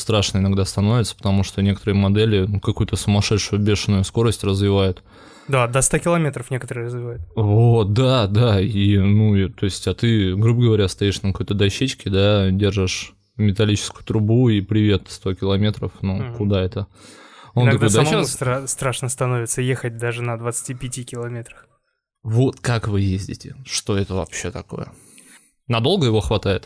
страшно иногда становится, потому что некоторые модели какую-то сумасшедшую бешеную скорость развивают. Да, до 100 километров некоторые развивают. Вот, да, и, то есть, а ты, грубо говоря, стоишь на какой-то дощечке, да, держишь металлическую трубу и привет, 100 километров, куда это? Он иногда такой, самому страшно становится ехать даже на 25 километрах. Вот как вы ездите? Что это вообще такое? Надолго его хватает?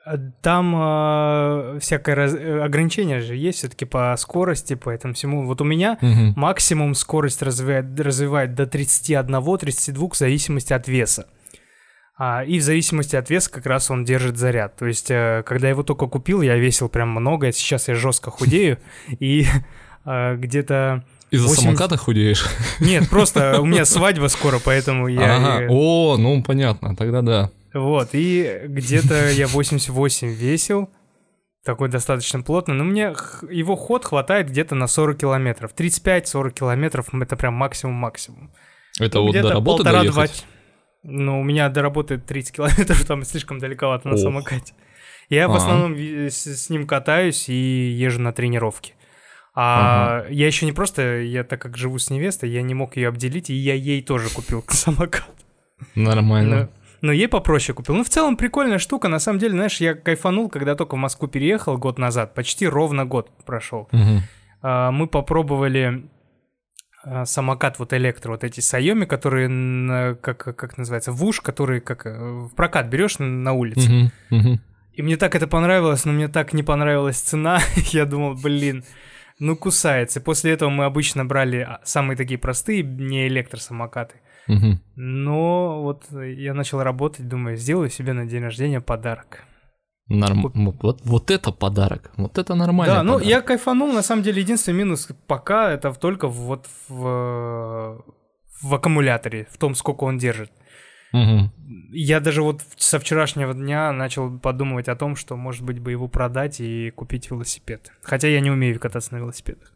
Там всякое ограничение же есть все-таки по скорости, по этому всему. Вот у меня максимум скорость развивает до 31-32 в зависимости от веса. И в зависимости от веса как раз он держит заряд. То есть, когда я его только купил, я весил прям много, сейчас я жестко худею, и где-то... Из-за самоката худеешь? Нет, просто у меня свадьба скоро, поэтому я... Понятно, тогда да. Вот, и где-то я 88 весил, такой достаточно плотно, но мне его ход хватает где-то на 40 километров. 35-40 километров — это прям максимум-максимум. Это вот до работы доехать? Ну, у меня до работы 30 километров, там слишком далековато на самокате. Я в основном с ним катаюсь и езжу на тренировки. Я еще не просто, я так как живу с невестой, я не мог ее обделить, и я ей тоже купил самокат. Нормально. Но ей попроще купил. В целом прикольная штука. На самом деле, знаешь, я кайфанул, когда только в Москву переехал год назад. Почти ровно год прошел. Мы попробовали самокат вот электро, вот эти Xiaomi, которые, как называется, вуш, которые как в прокат берешь на улице. И мне так это понравилось, но мне так не понравилась цена. Я думал, кусается. И после этого мы обычно брали самые такие простые, не электросамокаты. Но вот я начал работать, думаю, сделаю себе на день рождения подарок. Вот это подарок, вот это нормально. Да, я кайфанул, на самом деле, единственный минус пока это только вот в аккумуляторе, в том, сколько он держит. Я даже вот со вчерашнего дня начал подумывать о том, что, может быть, бы его продать и купить велосипед. Хотя я не умею кататься на велосипедах.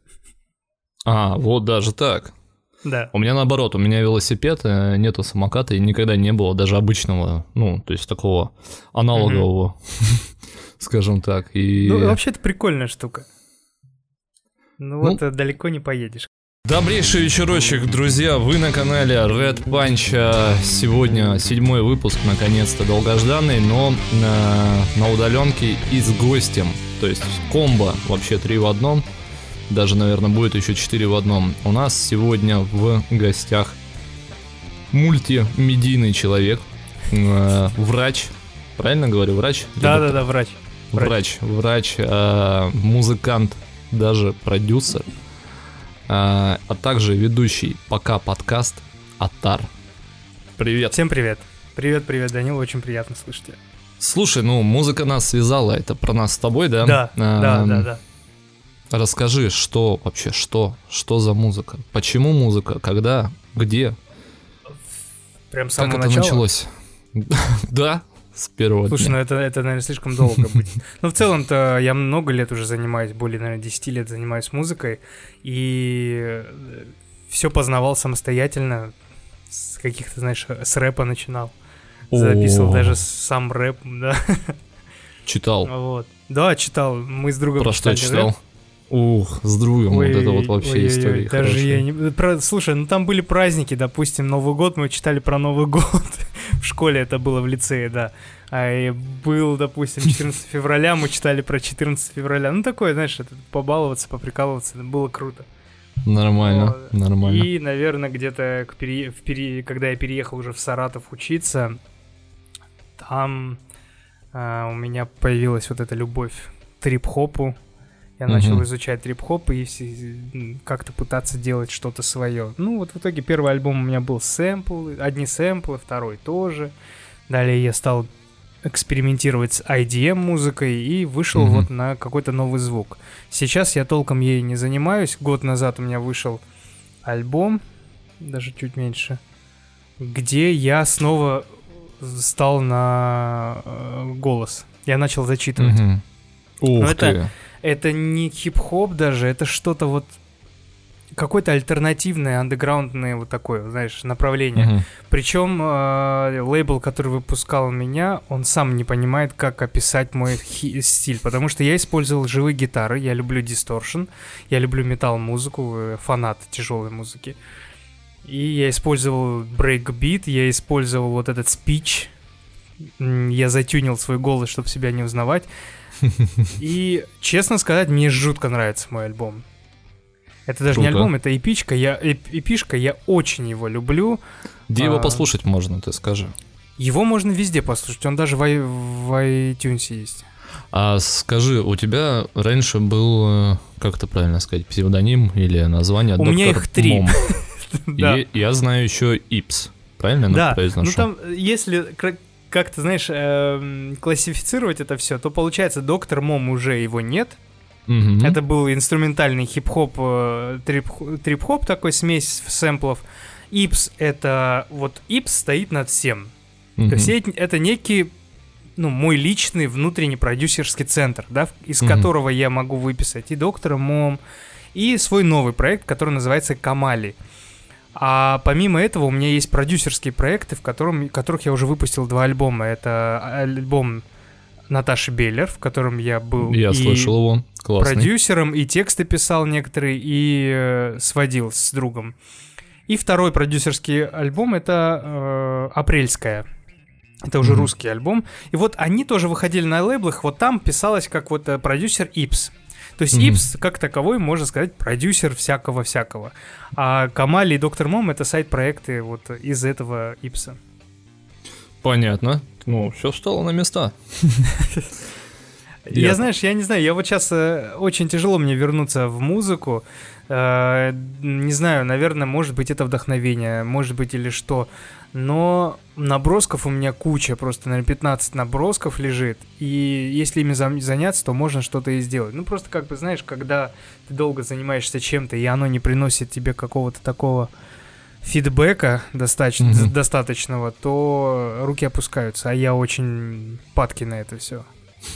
Вот даже так. Да. У меня наоборот, у меня велосипед, нету самоката, и никогда не было даже обычного, то есть такого аналогового, скажем так. Вообще это прикольная штука. Далеко не поедешь. Добрейший вечерочек, друзья, вы на канале Red Punch. Сегодня 7-й выпуск, наконец-то долгожданный, но на удаленке и с гостем. То есть комбо, вообще 3 в одном. Даже, наверное, будет еще 4 в одном. У нас сегодня в гостях мультимедийный человек, врач. Правильно говорю, врач? Да, врач. Врач, музыкант, даже продюсер, а также ведущий ПК подкаст Атар. Привет. Всем привет. Привет, Данил, очень приятно слышать тебя. Слушай, музыка нас связала, это про нас с тобой, да? Да. Расскажи, что вообще, что за музыка? Почему музыка? Когда? Где? Прям с самого начала? Как это началось? Да, с первого дня. Слушай, это, наверное, слишком долго будет. В целом-то я много лет уже занимаюсь, более, наверное, 10 лет занимаюсь музыкой, и все познавал самостоятельно, с каких-то, знаешь, с рэпа начинал. Записывал даже сам рэп, да. Читал? Вот. Да, читал. Мы с другом про что читал? Рэп. С другом, вот это вот вообще история. Даже я не... Слушай, там были праздники, допустим, Новый год, мы читали про Новый год. В школе это было, в лицее, да. И был, допустим, 14 февраля, мы читали про 14 февраля. Такое, знаешь, побаловаться, поприкалываться, было круто. Нормально. И, наверное, где-то, когда я переехал уже в Саратов учиться, там у меня появилась вот эта любовь к трип-хопу. Я начал изучать трип-хоп и как-то пытаться делать что-то свое. В итоге первый альбом у меня был одни сэмплы, второй тоже. Далее я стал экспериментировать с IDM-музыкой и вышел вот на какой-то новый звук. Сейчас я толком ей не занимаюсь. Год назад у меня вышел альбом, даже чуть меньше, где я снова стал на голос. Я начал зачитывать. Ух ты! Это не хип-хоп даже, это что-то вот какое-то альтернативное, андеграундное вот такое, знаешь, направление. Причем лейбл, который выпускал меня, он сам не понимает, как описать мой стиль, потому что я использовал живые гитары, я люблю дисторшн, я люблю метал-музыку, фанат тяжелой музыки. И я использовал брейкбит, я использовал вот этот спич, я затюнил свой голос, чтобы себя не узнавать. И, честно сказать, мне жутко нравится мой альбом. Это даже не альбом, это эпишка. Я очень его люблю. Где его послушать можно, ты скажи? Его можно везде послушать, он даже в iTunes есть. А скажи, у тебя раньше был, как это правильно сказать, псевдоним или название? У меня их 3. Я знаю еще Ипс, правильно я произношу? Ну там, если как-то, знаешь, классифицировать это все, то получается, Доктор Мом уже его нет. Это был инструментальный хип-хоп, трип-хоп, такой смесь сэмплов. Ипс — это... Вот Ипс стоит над всем. То есть это некий, мой личный внутренний продюсерский центр, да, из которого я могу выписать и Доктора Мом, и свой новый проект, который называется Камали. А помимо этого у меня есть продюсерские проекты, в которых я уже выпустил 2 альбома. Это альбом Наташи Беллер, в котором я был слышал его. Классный. Продюсером, и тексты писал некоторые, и сводил с другом. И второй продюсерский альбом — это «Апрельская». Это уже русский альбом. И вот они тоже выходили на лейблах, вот там писалось как вот продюсер Ипс. То есть Ипс, как таковой, можно сказать, продюсер всякого-всякого. А Камали и Доктор Мом — это сайт-проекты вот из этого Ипса. Понятно. Все встало на места. Я не знаю, я вот сейчас очень тяжело мне вернуться в музыку. Не знаю, наверное, может быть, это вдохновение, может быть, или что. Но набросков у меня куча, просто, наверное, 15 набросков лежит. И если ими заняться, то можно что-то и сделать. Просто как бы, знаешь, когда ты долго занимаешься чем-то, и оно не приносит тебе какого-то такого фидбэка достаточного, то руки опускаются. А я очень падкий на это все.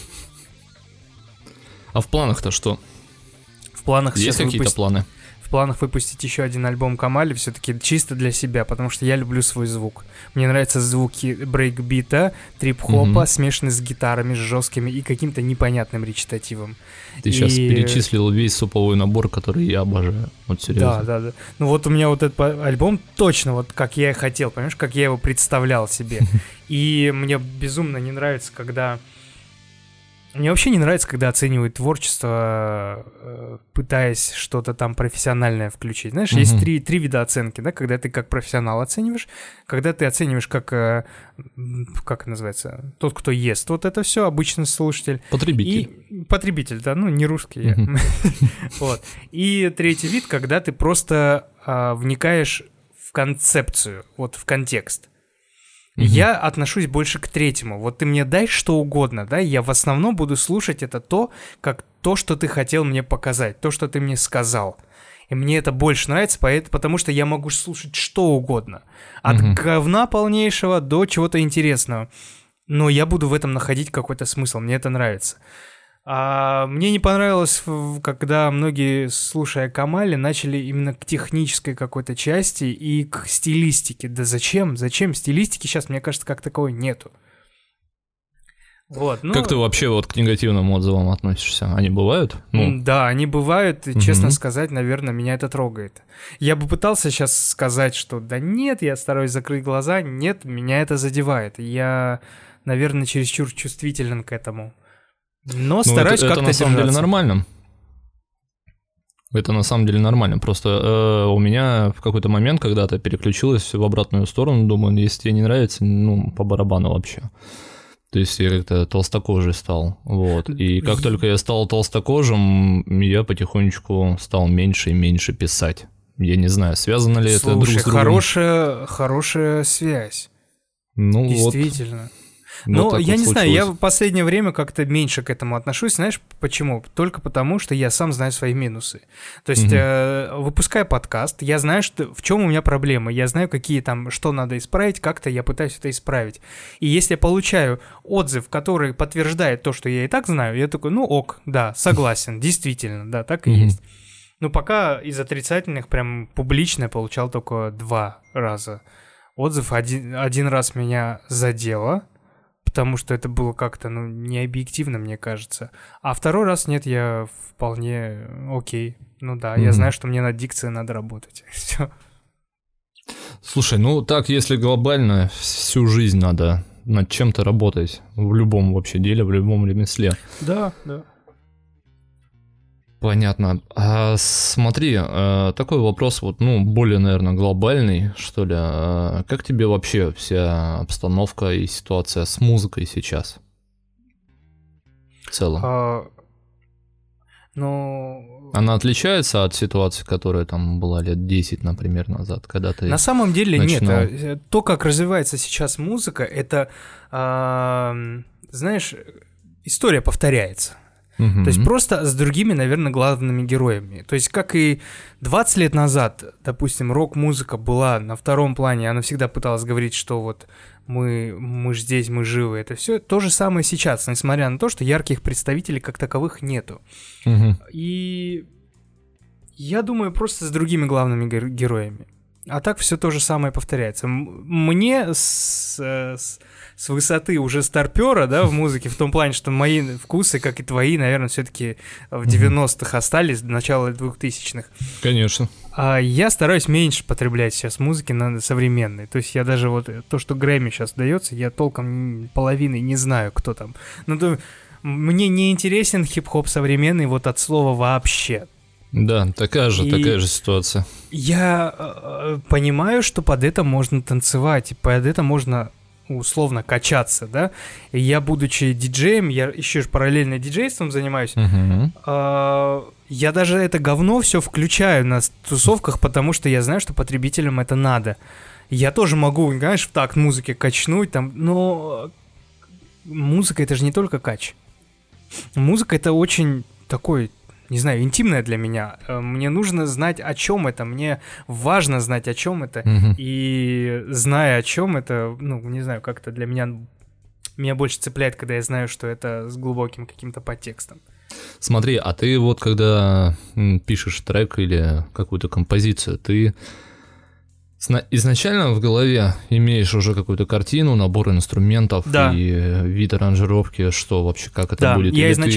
А в планах-то что? В планах есть какие-то планы? В планах выпустить еще один альбом Камали, все-таки чисто для себя, потому что я люблю свой звук. Мне нравятся звуки брейкбита, трип-хопа, смешанные с гитарами, с жесткими и каким-то непонятным речитативом. Ты сейчас перечислил весь суповой набор, который я обожаю. Вот серьезно. Да. Вот у меня вот этот альбом точно вот как я и хотел, понимаешь, как я его представлял себе. И мне безумно не нравится, когда... Мне вообще не нравится, когда оценивают творчество, пытаясь что-то там профессиональное включить. Знаешь, есть три вида оценки, да, когда ты как профессионал оцениваешь, когда ты оцениваешь как это называется, тот, кто ест вот это все, обычный слушатель. Потребитель, да, не русский я. Вот. И третий вид, когда ты просто вникаешь в концепцию, вот в контекст. Я отношусь больше к третьему. Вот ты мне дай что угодно, да, я в основном буду слушать это как то, что ты хотел мне показать, то, что ты мне сказал. И мне это больше нравится, потому что я могу слушать что угодно. От говна полнейшего до чего-то интересного. Но я буду в этом находить какой-то смысл, мне это нравится. А мне не понравилось, когда многие, слушая Камали, начали именно к технической какой-то части и к стилистике. Да зачем? Зачем? Стилистики сейчас, мне кажется, как таковой нету. Вот, как ты вообще вот к негативным отзывам относишься? Они бывают? Да, они бывают, и, честно сказать, наверное, меня это трогает. Я бы пытался сейчас сказать, что да нет, я стараюсь закрыть глаза, нет, меня это задевает. Я, наверное, чересчур чувствителен к этому. Но стараюсь как-то держаться. Это на самом деле нормально. Это на самом деле нормально. Просто у меня в какой-то момент когда-то переключилось в обратную сторону. Думаю, если тебе не нравится, по барабану вообще. То есть я как-то толстокожий стал. Вот. И как только я стал толстокожим, я потихонечку стал меньше и меньше писать. Я не знаю, связано ли это друг с другом. Хорошая связь. Действительно. Вот. Но я не знаю, я в последнее время как-то меньше к этому отношусь. Знаешь, почему? Только потому, что я сам знаю свои минусы. То есть, выпуская подкаст, я знаю, в чем у меня проблемы. Я знаю, что надо исправить, как-то я пытаюсь это исправить. И если я получаю отзыв, который подтверждает то, что я и так знаю, я такой, ок, да, согласен, действительно, да, так и есть. Ну, пока из отрицательных прям публично я получал только 2 раза. Отзыв один раз меня задело, потому что это было как-то, ну, необъективно, мне кажется. А второй раз нет, я вполне окей. Ну да, я знаю, что мне над дикцией надо работать. Все. Слушай, ну так, если глобально, всю жизнь надо над чем-то работать. В любом вообще деле, в любом ремесле. Да, да. Понятно. А смотри, такой вопрос, вот, ну, более, наверное, глобальный, что ли. Как тебе вообще вся обстановка и ситуация с музыкой сейчас? В целом. Ну... Она отличается от ситуации, которая там была лет 10, например, назад, когда ты На самом деле начинал? Нет. То, как развивается сейчас музыка, это, знаешь, история повторяется. То есть просто с другими, наверное, главными героями. То есть как и 20 лет назад, допустим, рок-музыка была на втором плане, она всегда пыталась говорить, что вот мы ж здесь, мы живы. Это все то же самое сейчас, несмотря на то, что ярких представителей как таковых нету. И я думаю, просто с другими главными героями. А так все то же самое повторяется. Мне с высоты уже старпера, да, в музыке, в том плане, что мои вкусы, как и твои, наверное, все-таки в 90-х остались, до начала 2000-х. Конечно. А я стараюсь меньше потреблять сейчас музыки современной. То есть я даже вот то, что Грэмми сейчас дается, я толком половины не знаю, кто там. Ну, мне не интересен хип-хоп современный вот от слова вообще. Да, такая же ситуация. Я понимаю, что под это можно танцевать, и под это можно условно качаться, да. И я, будучи диджеем, я еще параллельно диджейством занимаюсь, я даже это говно все включаю на тусовках, потому что я знаю, что потребителям это надо. Я тоже могу, знаешь, в такт музыки качнуть, там, но музыка — это же не только кач. Музыка — это очень такой... не знаю, интимное для меня. Мне нужно знать, о чем это. Мне важно знать, о чем это. И зная, о чем это, ну, не знаю, как-то для меня больше цепляет, когда я знаю, что это с глубоким каким-то подтекстом. Смотри, а ты вот когда пишешь трек или какую-то композицию, ты изначально в голове имеешь уже какую-то картину, набор инструментов и вид аранжировки, что вообще, как это будет?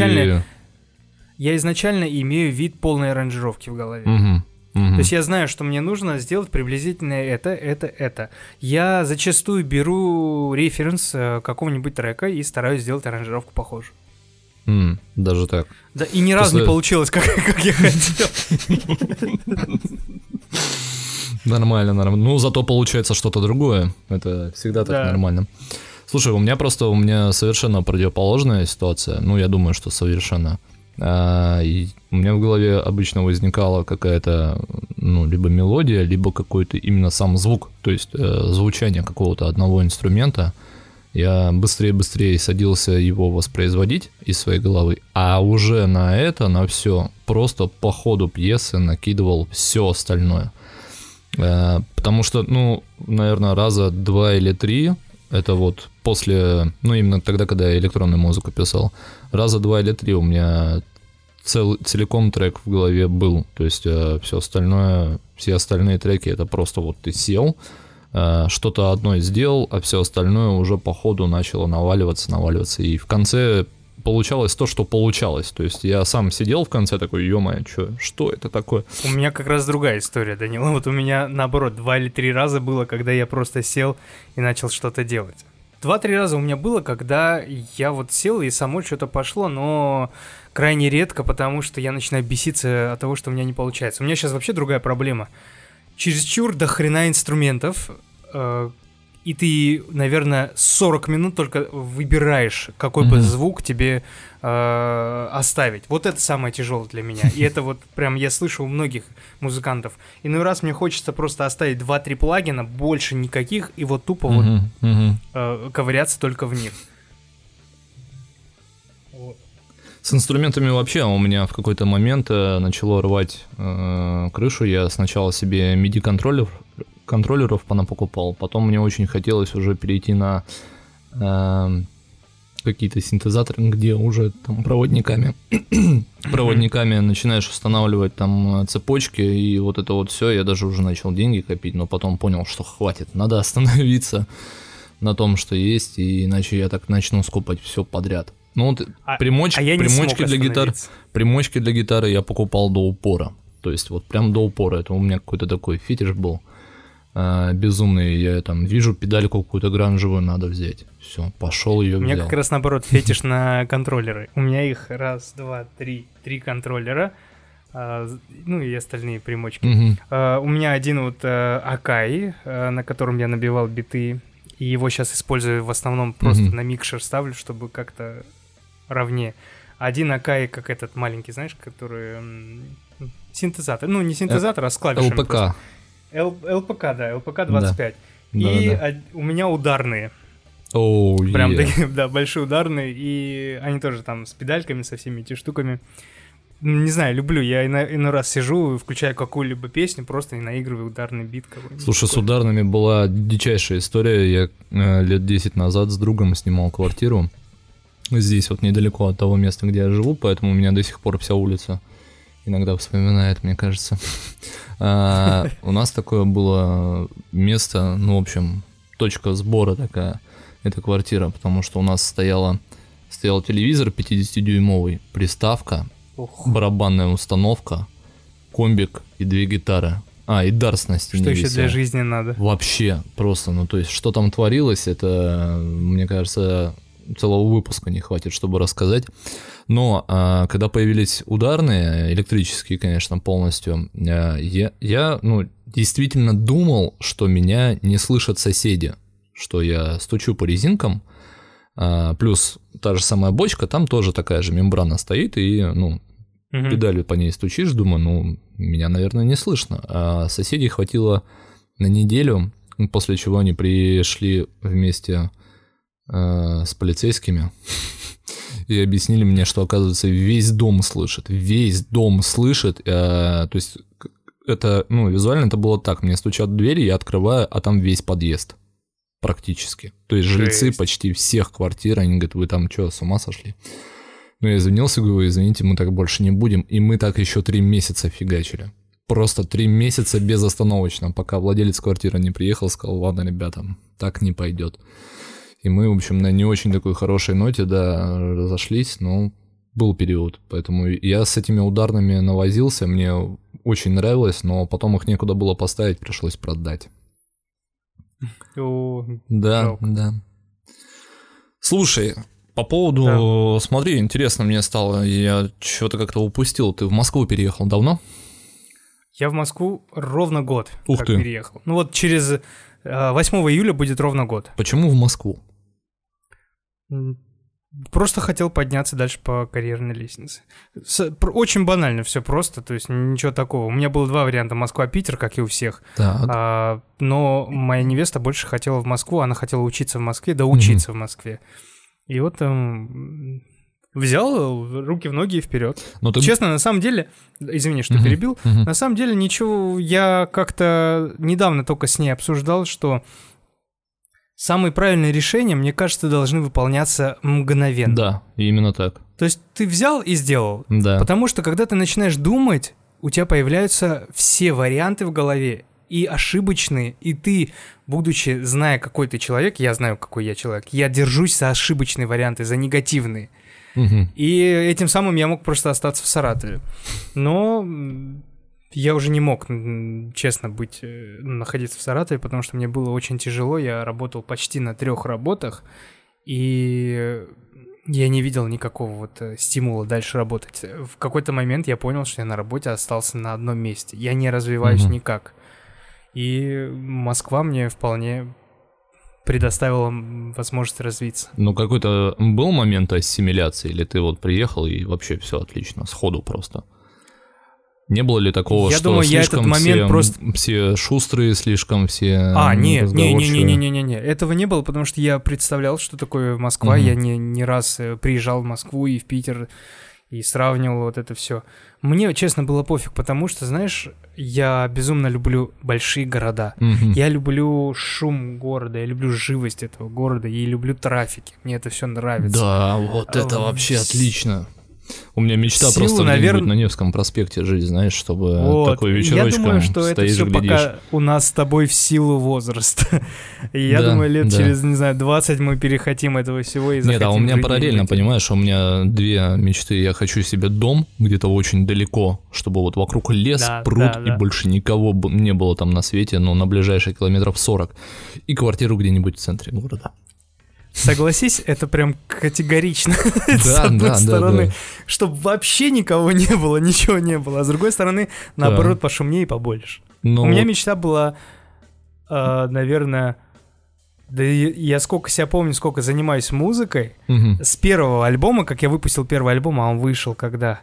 Я изначально имею вид полной аранжировки в голове. То есть я знаю, что мне нужно сделать приблизительно это. Я зачастую беру референс какого-нибудь трека и стараюсь сделать аранжировку похожую. Даже так. Да, и ни разу не получилось, как я хотел. Нормально. Ну, зато получается что-то другое. Это всегда так нормально. Слушай, у меня совершенно противоположная ситуация. Ну, я думаю, что совершенно. И у меня в голове обычно возникала какая-то, ну, либо мелодия, либо какой-то именно сам звук, то есть звучание какого-то одного инструмента. Я быстрее садился его воспроизводить из своей головы, а уже на все просто по ходу пьесы накидывал все остальное. Потому что, ну, наверное, раза 2 или 3, это вот после, ну, именно тогда, когда я электронную музыку писал, раза 2 или 3 у меня целиком трек в голове был. То есть все остальные треки, это просто вот ты сел, что-то одно сделал, а все остальное уже по ходу начало наваливаться. И в конце получалось то, что получалось. То есть я сам сидел в конце такой, ё-моё, что это такое? У меня как раз другая история, Данила. Вот у меня, наоборот, 2 или 3 раза было, когда я просто сел и начал что-то делать. 2-3 раза у меня было, когда я вот сел и само что-то пошло, но крайне редко, потому что я начинаю беситься от того, что у меня не получается. У меня сейчас вообще другая проблема. Чересчур до хрена инструментов, и ты, наверное, 40 минут только выбираешь, какой бы звук тебе оставить. Вот это самое тяжелое для меня. И это вот прям я слышу у многих музыкантов. Иной раз мне хочется просто оставить 2-3 плагина, больше никаких, и вот тупо ковыряться только в них. Вот. С инструментами вообще у меня в какой-то момент начало рвать крышу. Я сначала себе MIDI-контроллеров понапокупал, потом мне очень хотелось уже перейти на какие-то синтезаторы, где уже там проводниками начинаешь устанавливать там цепочки, и вот это вот все, я даже уже начал деньги копить, но потом понял, что хватит, надо остановиться на том, что есть, и иначе я так начну скупать все подряд. Ну вот примочки для гитары я покупал до упора, то есть вот прям до упора, это у меня какой-то такой фетиш был. Безумный, я там вижу педальку какую-то гранжевую надо взять. Все, пошел ее взял. У меня как раз наоборот фетиш на контроллеры. У меня их 1, 2, 3 контроллера, ну и остальные примочки. У меня один вот Akai, на котором я набивал биты, и его сейчас использую в основном просто на микшер ставлю, чтобы как-то ровнее. Один Akai, как этот маленький, знаешь, который синтезатор, ну не синтезатор, а с клавишами. ЛПК. Просто. ЛПК, да, ЛПК 25. Да. И у меня ударные. Прям такие, да, большие ударные. И они тоже там с педальками, со всеми этими штуками. Не знаю, люблю. Я иной раз сижу, включаю какую-либо песню, просто и наигрываю ударный бит какой-нибудь. Слушай, с ударными была дичайшая история. Я лет 10 назад с другом снимал квартиру. Здесь вот недалеко от того места, где я живу, поэтому у меня до сих пор вся улица иногда вспоминает, мне кажется. У нас такое было место, ну, в общем, точка сбора такая, эта квартира, потому что у нас стоял телевизор 50-дюймовый, приставка, барабанная установка, комбик и 2 гитары. И дарс на стене. Что еще для жизни надо? Вообще, просто, ну, то есть, что там творилось, это, мне кажется, целого выпуска не хватит, чтобы рассказать. Но когда появились ударные, электрические, конечно, полностью, я действительно думал, что меня не слышат соседи, что я стучу по резинкам, плюс та же самая бочка, там тоже такая же мембрана стоит, и, педалью по ней стучишь, думаю, меня, наверное, не слышно. А соседей хватило на неделю, после чего они пришли вместе с полицейскими и объяснили мне, что, оказывается, весь дом слышит, то есть это, визуально это было так, мне стучат в двери, я открываю, а там весь подъезд практически, то есть жильцы почти всех квартир, они говорят, вы там что, с ума сошли? Я извинился, говорю, извините, мы так больше не будем, и мы так еще 3 месяца фигачили. Просто 3 месяца безостановочно, пока владелец квартиры не приехал, сказал, ладно, ребята, так не пойдет. И мы, в общем, на не очень такой хорошей ноте, да, разошлись, но был период. Поэтому я с этими ударными навозился, мне очень нравилось, но потом их некуда было поставить, пришлось продать. Да. Слушай, по поводу... Смотри, интересно мне стало, я что-то как-то упустил. Ты в Москву переехал давно? Я в Москву ровно год переехал. Ну вот через 8 июля будет ровно год. Почему в Москву? Просто хотел подняться дальше по карьерной лестнице. Очень банально все просто, то есть ничего такого. У меня было 2 варианта: Москва-Питер, как и у всех. Но моя невеста больше хотела в Москву, она хотела учиться в Москве, учиться в Москве. И вот взял руки в ноги и вперед. Честно, на самом деле, извини, что перебил, на самом деле ничего, я как-то недавно только с ней обсуждал, что самые правильные решения, мне кажется, должны выполняться мгновенно. Да, именно так. То есть ты взял и сделал. Да. Потому что когда ты начинаешь думать, у тебя появляются все варианты в голове, и ошибочные, и ты, будучи, зная, какой ты человек, я знаю, какой я человек, я держусь за ошибочные варианты, за негативные. И этим самым я мог просто остаться в Саратове. Но я уже не мог, честно, находиться в Саратове, потому что мне было очень тяжело. Я работал почти на 3 работах, и я не видел никакого стимула дальше работать. В какой-то момент я понял, что я на работе остался на одном месте. Я не развиваюсь никак. И Москва мне вполне предоставила возможность развиться. Какой-то был момент ассимиляции, или ты приехал и вообще все отлично, сходу просто? Не было ли такого, я что думаю, слишком все шустрые, слишком все Не, этого не было, потому что я представлял, что такое Москва, я не раз приезжал в Москву и в Питер, и сравнивал вот это все. Мне, честно, было пофиг, потому что, знаешь, я безумно люблю большие города. Я люблю шум города, я люблю живость этого города, и люблю трафики. Мне это все нравится. Да, вот это вообще отлично. У меня мечта просто где-нибудь на Невском проспекте жить, знаешь, чтобы вот. такой вечерочком. Я думаю, что это все пока у нас с тобой в силу возраста. И я думаю, лет через, не знаю, 20 мы перехотим этого всего и захотим. Нет, а у меня параллельно, понимаешь, у меня две мечты. Я хочу себе дом где-то очень далеко, чтобы вот вокруг лес, пруд, и больше никого не было там на свете, но на ближайшие километров 40. И квартиру где-нибудь в центре города. Согласись, это прям категорично. С одной стороны, чтобы вообще никого не было, ничего не было. А с другой стороны, наоборот, пошумнее и побольше. У меня мечта была, наверное... Да я сколько себя помню, сколько занимаюсь музыкой. С первого альбома, как я выпустил первый альбом, а он вышел когда?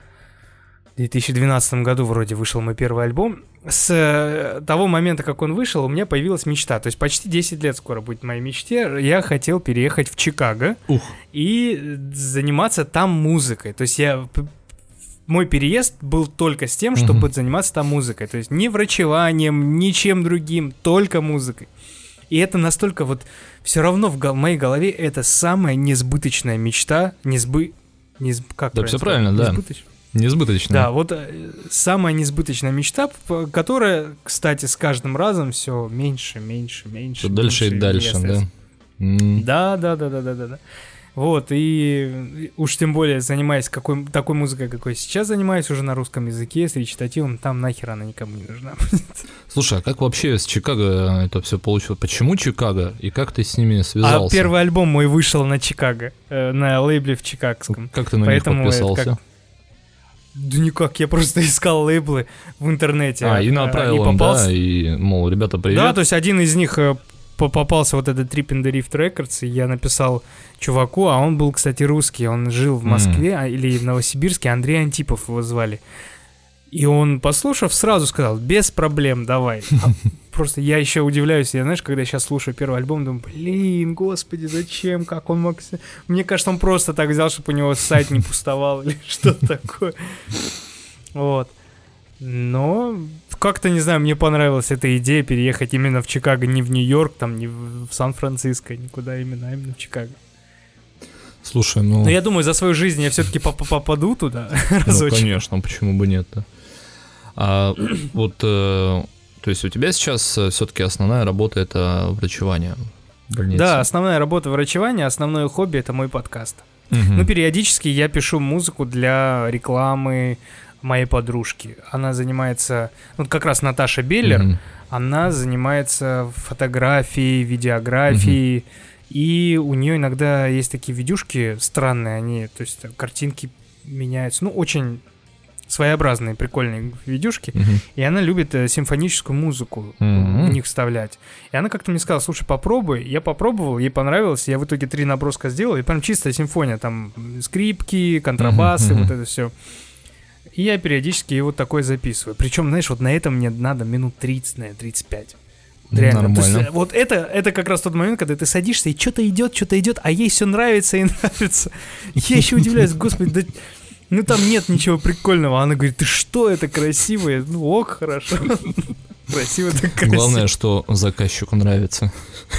В 2012 году вроде вышел мой первый альбом. С того момента, как он вышел, у меня появилась мечта. То есть почти 10 лет скоро будет моей мечте. Я хотел переехать в Чикаго и заниматься там музыкой. То есть мой переезд был только с тем, чтобы заниматься там музыкой. То есть ни врачеванием, ничем другим, только музыкой. И это настолько вот... Все равно в моей голове это самая несбыточная мечта. Как да, все правильно, да. Несбыточная. Да, вот самая несбыточная мечта, которая, кстати, с каждым разом все меньше. Дальше и дальше, да? Да. Вот, и уж тем более занимаясь такой музыкой, какой сейчас занимаюсь, уже на русском языке, с речитативом, там нахер она никому не нужна будет. Слушай, а как вообще с Чикаго это все получилось? Почему Чикаго? И как ты с ними связался? Первый альбом мой вышел на Чикаго, на лейбле в Чикагском. Как ты на них подписался? Да никак, я просто искал лейблы в интернете. И направил им, да, и, мол, ребята, привет. Да, то есть один из них попался вот этот Trip in the Rift Records, и я написал чуваку, а он был, кстати, русский, он жил в Москве или в Новосибирске, Андрей Антипов его звали. И он, послушав, сразу сказал, без проблем, давай. Просто я еще удивляюсь, я, знаешь, когда я сейчас слушаю первый альбом, думаю, блин, господи, зачем, как он мог... Мне кажется, он просто так взял, чтобы у него сайт не пустовал или что-то такое. Вот. Но как-то, не знаю, мне понравилась эта идея переехать именно в Чикаго, не в Нью-Йорк, там, не в Сан-Франциско, никуда именно, а именно в Чикаго. Слушай, ну... Но я думаю, за свою жизнь я все-таки попаду туда разочек. Ну, конечно, почему бы нет-то. А вот, то есть у тебя сейчас все-таки основная работа — это врачевание в больнице? Да, основная работа — врачевание, основное хобби — это мой подкаст. Ну, периодически я пишу музыку для рекламы моей подружки. Она занимается, вот как раз Наташа Беллер, она занимается фотографией, видеографией, и у нее иногда есть такие видюшки странные, они, то есть картинки меняются, ну, очень своеобразные, прикольные видюшки, и она любит симфоническую музыку в них вставлять. И она как-то мне сказала, слушай, попробуй. Я попробовал, ей понравилось, я в итоге 3 наброска сделал, и прям чистая симфония, там скрипки, контрабасы, вот это все. И я периодически его такое записываю. Причем, знаешь, вот на этом мне надо минут 30, наверное, 35. Реально. Нормально. То есть, вот это как раз тот момент, когда ты садишься, и что-то идет, а ей все нравится и нравится. Я еще удивляюсь, господи, да... Ну там нет ничего прикольного. Она говорит, ты что, это красиво? Я, ну ок, хорошо. Красиво, так красиво. Главное, что заказчику нравится.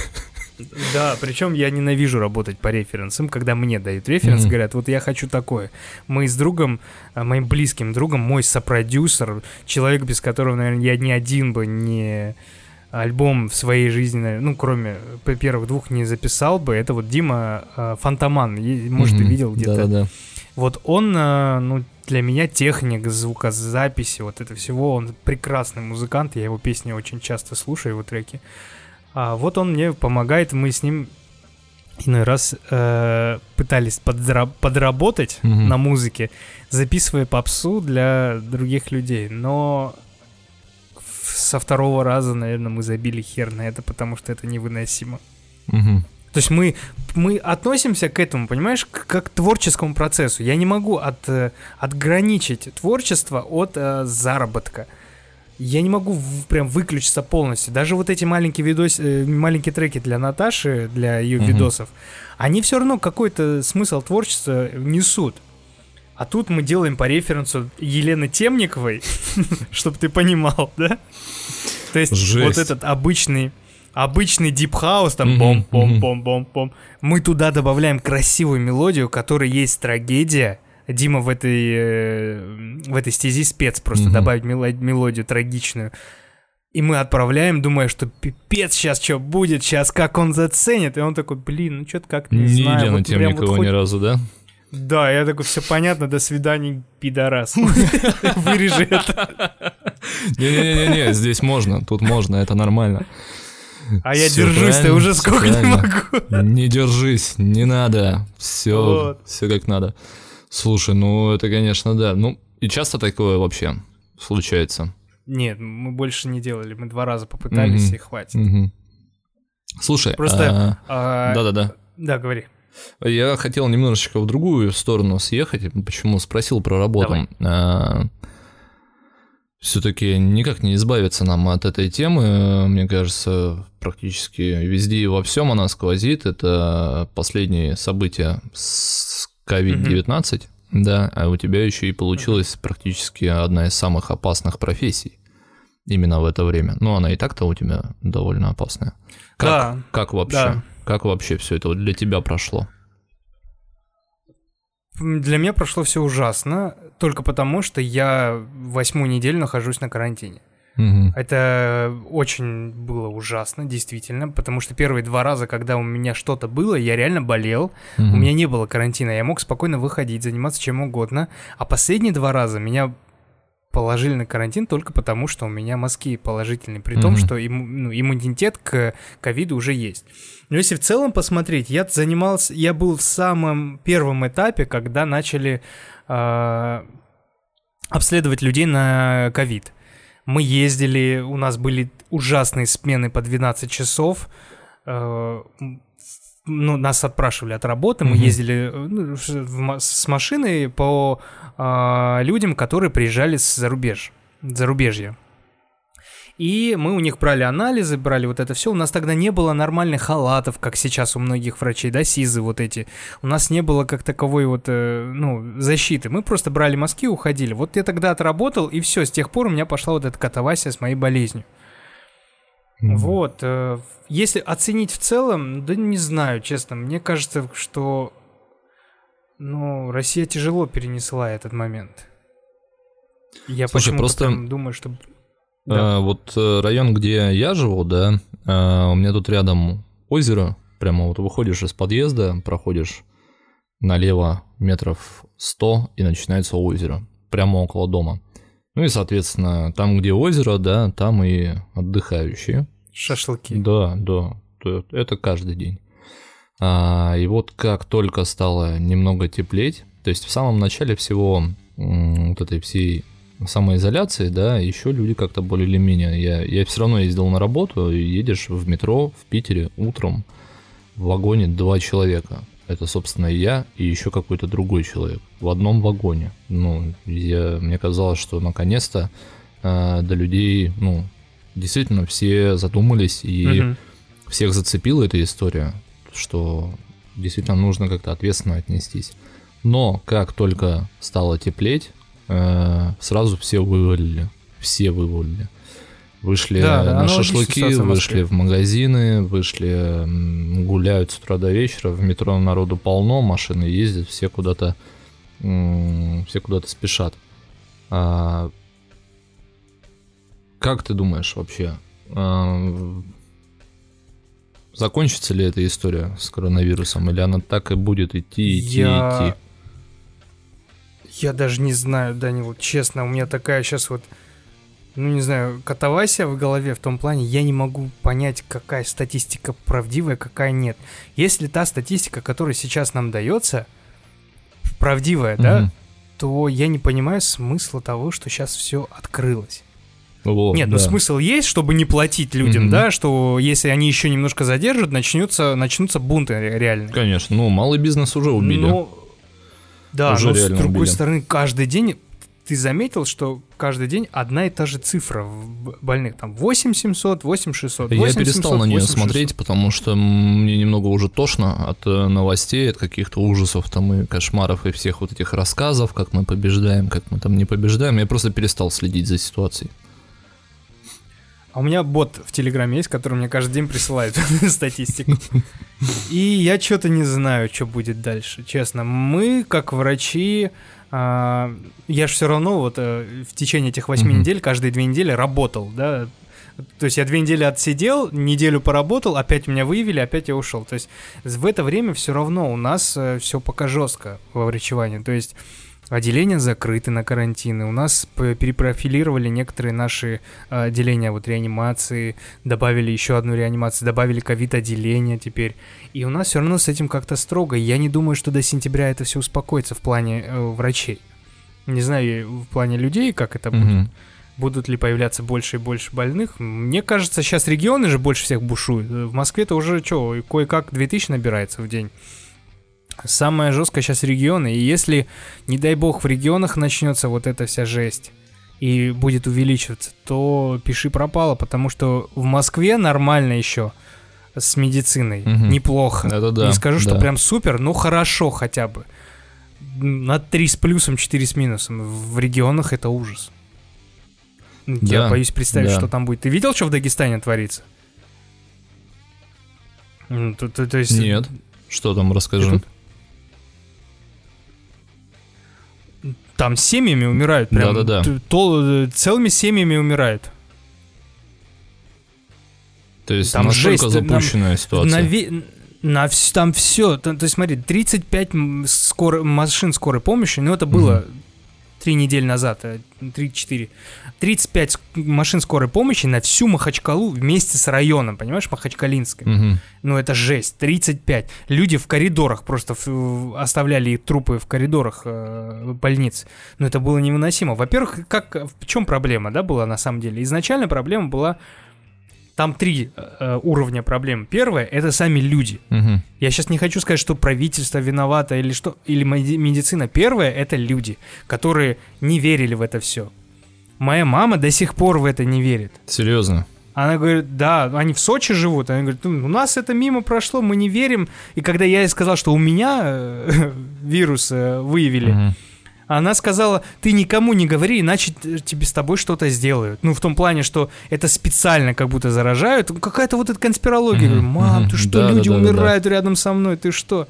Да, причем я ненавижу работать по референсам, когда мне дают референс, говорят, вот я хочу такое. Мы с другом, моим близким другом, мой сопродюсер, человек, без которого, наверное, я ни один бы не альбом в своей жизни, наверное, ну, кроме первых 2 не записал бы, это вот Дима Фантоман, может, ты видел где-то. Да. Вот он, ну, для меня техник звукозаписи, вот это всего, он прекрасный музыкант, я его песни очень часто слушаю, его треки. А вот он мне помогает, мы с ним иной раз пытались подработать на музыке, записывая попсу для других людей, но со 2-го раза, наверное, мы забили хер на это, потому что это невыносимо. То есть мы относимся к этому, понимаешь, как к творческому процессу. Я не могу отграничить творчество от заработка. Я не могу прям выключиться полностью. Даже вот эти маленькие треки для Наташи, для ее видосов, они все равно какой-то смысл творчества несут. А тут мы делаем по референсу Елены Темниковой, чтобы ты понимал, да? То есть вот этот обычный дип-хаус, там бом-бом-бом-бом-бом. Мы туда добавляем красивую мелодию, у которой есть трагедия. Дима в этой стези спец просто добавить мелодию трагичную. И мы отправляем, думая, что пипец, сейчас что будет, сейчас как он заценит. И он такой, блин, ну что-то как-то не знаю. Елена Темникова ни разу, да? Да, я такой, все понятно, до свидания, пидорас. Вырежи это. Не-не-не, здесь можно, тут можно, это нормально. А я держусь-то уже сколько не могу. Не держись, не надо. Все как надо. Слушай, ну это, конечно, да. Ну, и часто такое вообще случается? Нет, мы больше не делали. Мы 2 раза попытались, и хватит. Слушай, просто... Да-да-да. Да, говори. Я хотел немножечко в другую сторону съехать. Почему? Спросил про работу. Все-таки никак не избавиться нам от этой темы. Мне кажется, практически везде и во всем она сквозит. Это последние события с COVID-19. Да, а у тебя еще и получилась практически одна из самых опасных профессий именно в это время. Ну, она и так-то у тебя довольно опасная. Как вообще все это для тебя прошло? Для меня прошло все ужасно, только потому, что я 8-ю неделю нахожусь на карантине. Это очень было ужасно, действительно, потому что первые 2 раза, когда у меня что-то было, я реально болел, у меня не было карантина, я мог спокойно выходить, заниматься чем угодно, а последние 2 раза меня положили на карантин только потому, что у меня мазки положительные, при том, что иммунитет к ковиду уже есть. Но если в целом посмотреть, я был в самом первом этапе, когда начали обследовать людей на ковид. Мы ездили, у нас были ужасные смены по 12 часов, нас отпрашивали от работы, мы ездили с машиной по людям, которые приезжали с зарубежья. И мы у них брали анализы, брали вот это все. У нас тогда не было нормальных халатов, как сейчас у многих врачей, да, СИЗы вот эти. У нас не было как таковой защиты. Мы просто брали мазки и уходили. Вот я тогда отработал, и все. С тех пор у меня пошла вот эта катавасия с моей болезнью. Вот. Если оценить в целом, да не знаю, честно. Мне кажется, что Россия тяжело перенесла этот момент. Я почему-то думаю, что... Да. Вот район, где я живу, да, у меня тут рядом озеро, прямо вот выходишь из подъезда, проходишь налево метров 100 и начинается озеро, прямо около дома. Ну и, соответственно, там, где озеро, да, там и отдыхающие. Шашлыки. Да, это каждый день. И вот как только стало немного теплеть, то есть в самом начале всего вот этой всей самоизоляции, да, еще люди как-то более или менее. Я все равно ездил на работу, и едешь в метро в Питере утром, в вагоне 2 человека. Это, собственно, я и еще какой-то другой человек в одном вагоне. Мне казалось, что наконец-то до людей, действительно все задумались, и всех зацепила эта история, что действительно нужно как-то ответственно отнестись. Но как только стало теплеть, сразу все вывалили. Вышли на шашлыки, вышли в магазины, гуляют с утра до вечера, в метро народу полно, машины ездят, все куда-то спешат. Как ты думаешь вообще, закончится ли эта история с коронавирусом, или она так и будет идти? Я даже не знаю, Данил, честно, у меня такая сейчас катавасия в голове в том плане, я не могу понять, какая статистика правдивая, какая нет. Если та статистика, которая сейчас нам дается, правдивая, да, то я не понимаю смысла того, что сейчас все открылось. Нет, смысл есть, чтобы не платить людям, да, что если они еще немножко задержат, начнутся бунты реальные. Конечно, малый бизнес уже убили. Да, но с другой стороны, каждый день ты заметил, что каждый день одна и та же цифра больных? Там 8700, 8600, 8700, Я перестал на нее смотреть, потому что мне немного уже тошно от новостей, от каких-то ужасов там и кошмаров, и всех вот этих рассказов, как мы побеждаем, как мы там не побеждаем. Я просто перестал следить за ситуацией. А у меня бот в Телеграме есть, который мне каждый день присылает статистику. И я что-то не знаю, что будет дальше, честно. Мы, как врачи, я же все равно вот в течение этих 8 недель, каждые 2 недели работал, да. То есть я 2 недели отсидел, неделю поработал, опять меня выявили, опять я ушел. То есть в это время все равно у нас все пока жестко во врачевании. То есть отделения закрыты на карантины. У нас перепрофилировали некоторые наши отделения вот реанимации, добавили еще одну реанимацию, добавили ковид-отделение теперь. И у нас все равно с этим как-то строго. Я не думаю, что до сентября это все успокоится в плане врачей. Не знаю, в плане людей, как это будет. Будут ли появляться больше и больше больных. Мне кажется, сейчас регионы же больше всех бушуют. В Москве-то уже что, кое-как 2000 набирается в день. Самое жесткое сейчас регионы, и если, не дай бог, в регионах начнется вот эта вся жесть и будет увеличиваться, то пиши пропало, потому что в Москве нормально еще с медициной, неплохо. Да-да-да, не скажу, что прям супер, но хорошо хотя бы. На 3 с плюсом, 4 с минусом. В регионах это ужас. Я боюсь представить, что там будет. Ты видел, что в Дагестане творится? То есть... Нет. Что там, расскажи. Там семьями умирают, прям целыми семьями умирают. То есть там настолько запущенная ситуация. Там все. То есть смотри, 35 машин скорой помощи, но это было 3 недели назад, 3-4. 35 машин скорой помощи на всю Махачкалу вместе с районом, понимаешь, Махачкалинской. Ну это жесть, 35. Люди в коридорах просто оставляли трупы в коридорах больниц. Ну это было невыносимо. Во-первых, в чем проблема, да, была на самом деле? Изначально проблема была... Там 3 уровня проблем. Первое — это сами люди. Я сейчас не хочу сказать, что правительство виновато или что, или медицина. Первое — это люди, которые не верили в это все. Моя мама до сих пор в это не верит. Серьезно? Она говорит, да, они в Сочи живут. Она говорит, у нас это мимо прошло, мы не верим. И когда я ей сказал, что у меня вирус выявили, она сказала, ты никому не говори, иначе тебе с тобой что-то сделают. Ну, в том плане, что это специально как будто заражают. Какая-то вот эта конспирология. Я говорю, мам, ты что, люди умирают рядом со мной, ты что?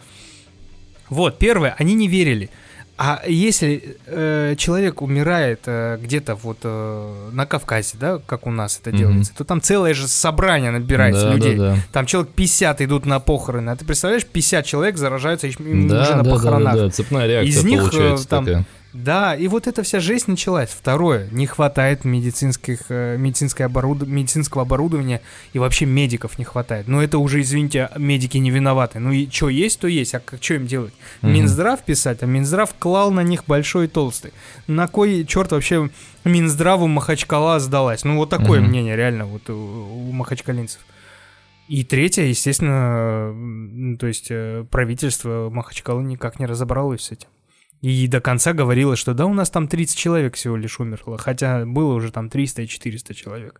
Вот, первое, они не верили. А если человек умирает где-то вот на Кавказе, да, как у нас это делается, то там целое же собрание набирается людей. Там человек 50 идут на похороны. А ты представляешь, 50 человек заражаются уже на похоронах. Да, цепная реакция из них, получается там, такая. Да, и вот эта вся жесть началась. Второе, не хватает медицинского оборудования, и вообще медиков не хватает. Но это уже, извините, медики не виноваты. Ну и что есть, то есть, а что им делать? Минздрав писать, а Минздрав клал на них большой и толстый. На кой черт вообще Минздраву Махачкала сдалась? Ну вот такое мнение реально вот у махачкалинцев. И третье, естественно, то есть правительство Махачкалы никак не разобралось с этим. И до конца говорила, что да, у нас там 30 человек всего лишь умерло, хотя было уже там 300 и 400 человек.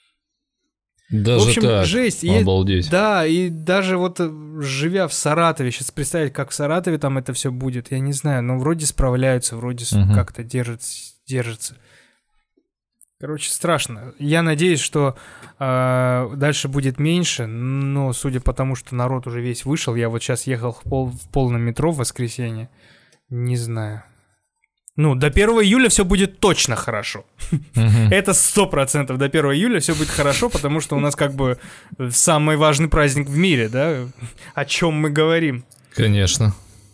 Даже в общем, так? Жесть. Обалдеть. Да, и даже вот живя в Саратове, сейчас представить, как в Саратове там это все будет, я не знаю, но вроде справляются, вроде как-то держатся. Короче, страшно. Я надеюсь, что дальше будет меньше, но судя по тому, что народ уже весь вышел, я вот сейчас ехал в полном метро в воскресенье, не знаю. Ну, до 1 июля все будет точно хорошо. Это 100%. До 1 июля все будет хорошо, потому что у нас как бы самый важный праздник в мире, да? О чем мы говорим. Конечно.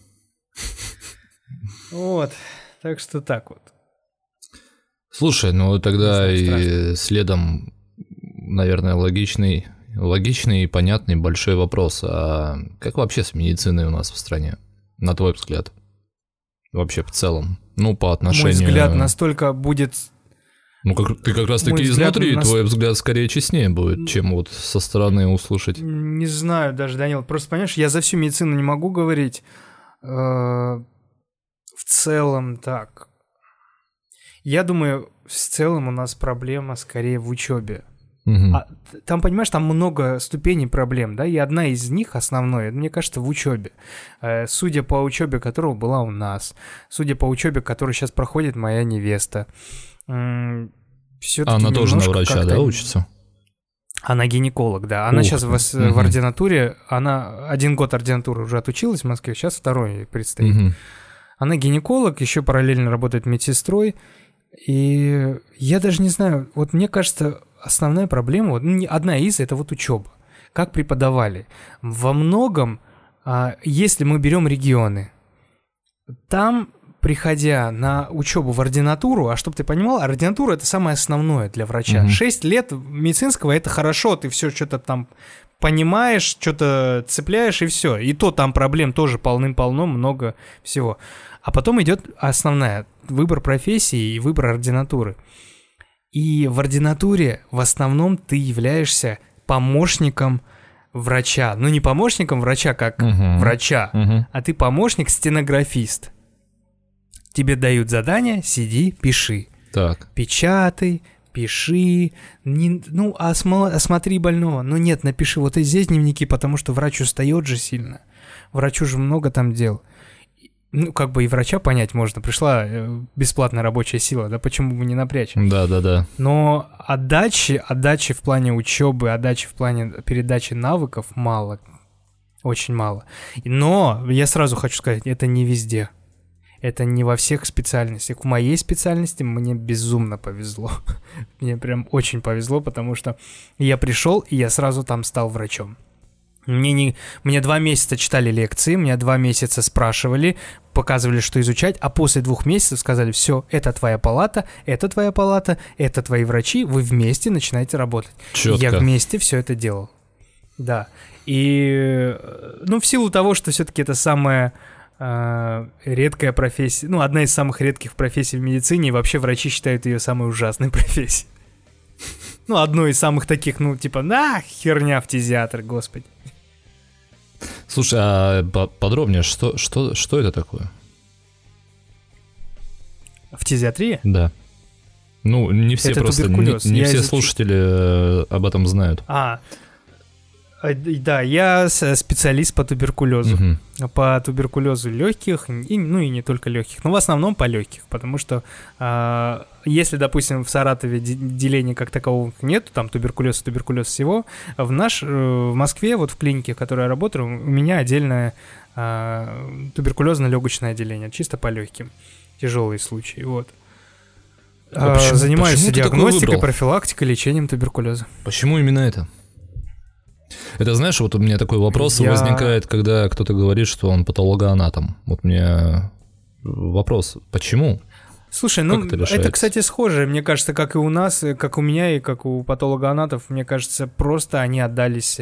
Вот. Так что так вот. Слушай, ну тогда и следом, наверное, логичный и понятный большой вопрос. А как вообще с медициной у нас в стране, на твой взгляд? Вообще в целом. Ну, по отношению... Мой взгляд настолько будет... Ну, ты как раз-таки изнутри, твой взгляд скорее честнее будет, чем вот со стороны услышать. Не знаю даже, Данил. Просто, понимаешь, я за всю медицину не могу говорить. В целом так. Я думаю, в целом у нас проблема скорее в учебе. Мгм. Там, понимаешь, там много ступеней проблем, да, и одна из них, основная, мне кажется, в учебе. Судя по учебе, которая была у нас, судя по учебе, которую сейчас проходит моя невеста, все-таки Она тоже на врача, да, учится? Она гинеколог, да. Она Ух сейчас ты. в ординатуре, она 1 год ординатуры уже отучилась в Москве, сейчас 2-й ей предстоит. Мгм. Она гинеколог, еще параллельно работает медсестрой. И я даже не знаю, вот мне кажется, основная проблема, вот, одна из, это вот учеба. Как преподавали. Во многом, если мы берем регионы, там, приходя на учебу в ординатуру, а чтобы ты понимал, ординатура — это самое основное для врача. Мгм. 6 лет медицинского — это хорошо, ты все что-то там понимаешь, что-то цепляешь, и все. И то там проблем тоже полным-полно, много всего. А потом идет основная — выбор профессии и выбор ординатуры. И в ординатуре в основном ты являешься помощником врача. Ну, не помощником врача как Мгм. врача, Мгм. а ты помощник-стенографист. Тебе дают задание, сиди, пиши. Так. Печатай, пиши, осмотри больного. Ну нет, напиши вот и здесь дневники, потому что врач устает же сильно. Врачу же много там дел. Ну, как бы и врача понять можно. Пришла бесплатная рабочая сила, да почему бы не напрячь? Да. Но отдачи в плане учебы, отдачи в плане передачи навыков мало. Очень мало. Но я сразу хочу сказать, это не везде. Это не во всех специальностях. В моей специальности мне безумно повезло. Мне прям очень повезло, потому что я пришел, и я сразу там стал врачом. Мне 2 месяца читали лекции, меня 2 месяца спрашивали, показывали, что изучать, а после 2 месяцев сказали: все, это твоя палата, это твоя палата, это твои врачи, вы вместе начинаете работать. Чётко. Я вместе все это делал. Да. И, в силу того, что все-таки это самая редкая профессия, одна из самых редких профессий в медицине, и вообще врачи считают ее самой ужасной профессией. Одной из самых таких, херня фтизиатр, господи. Слушай, а подробнее, что это такое? Фтизиатрия? Да. Не все Это просто, туберкулез. не Я все изучил. слушатели об этом знают. Да, я специалист по туберкулезу. Мгм. По туберкулезу легких, и не только легких, но в основном по легких, потому что если, допустим, в Саратове деления как такового нет, там туберкулез всего, в Москве, вот в клинике, в которой я работаю, у меня отдельное туберкулезно-легочное отделение, чисто по легким, тяжелые случаи, вот. Занимаюсь почему ты такой диагностикой, выбрал? профилактикой, лечением туберкулеза. Почему именно это? Это, знаешь, вот у меня такой вопрос возникает, когда кто-то говорит, что он патологоанатом. Вот мне вопрос, почему? Слушай, Как это решается? это, кстати, схоже, мне кажется, как и у нас, как у меня и как у патологоанатов, мне кажется, просто они отдались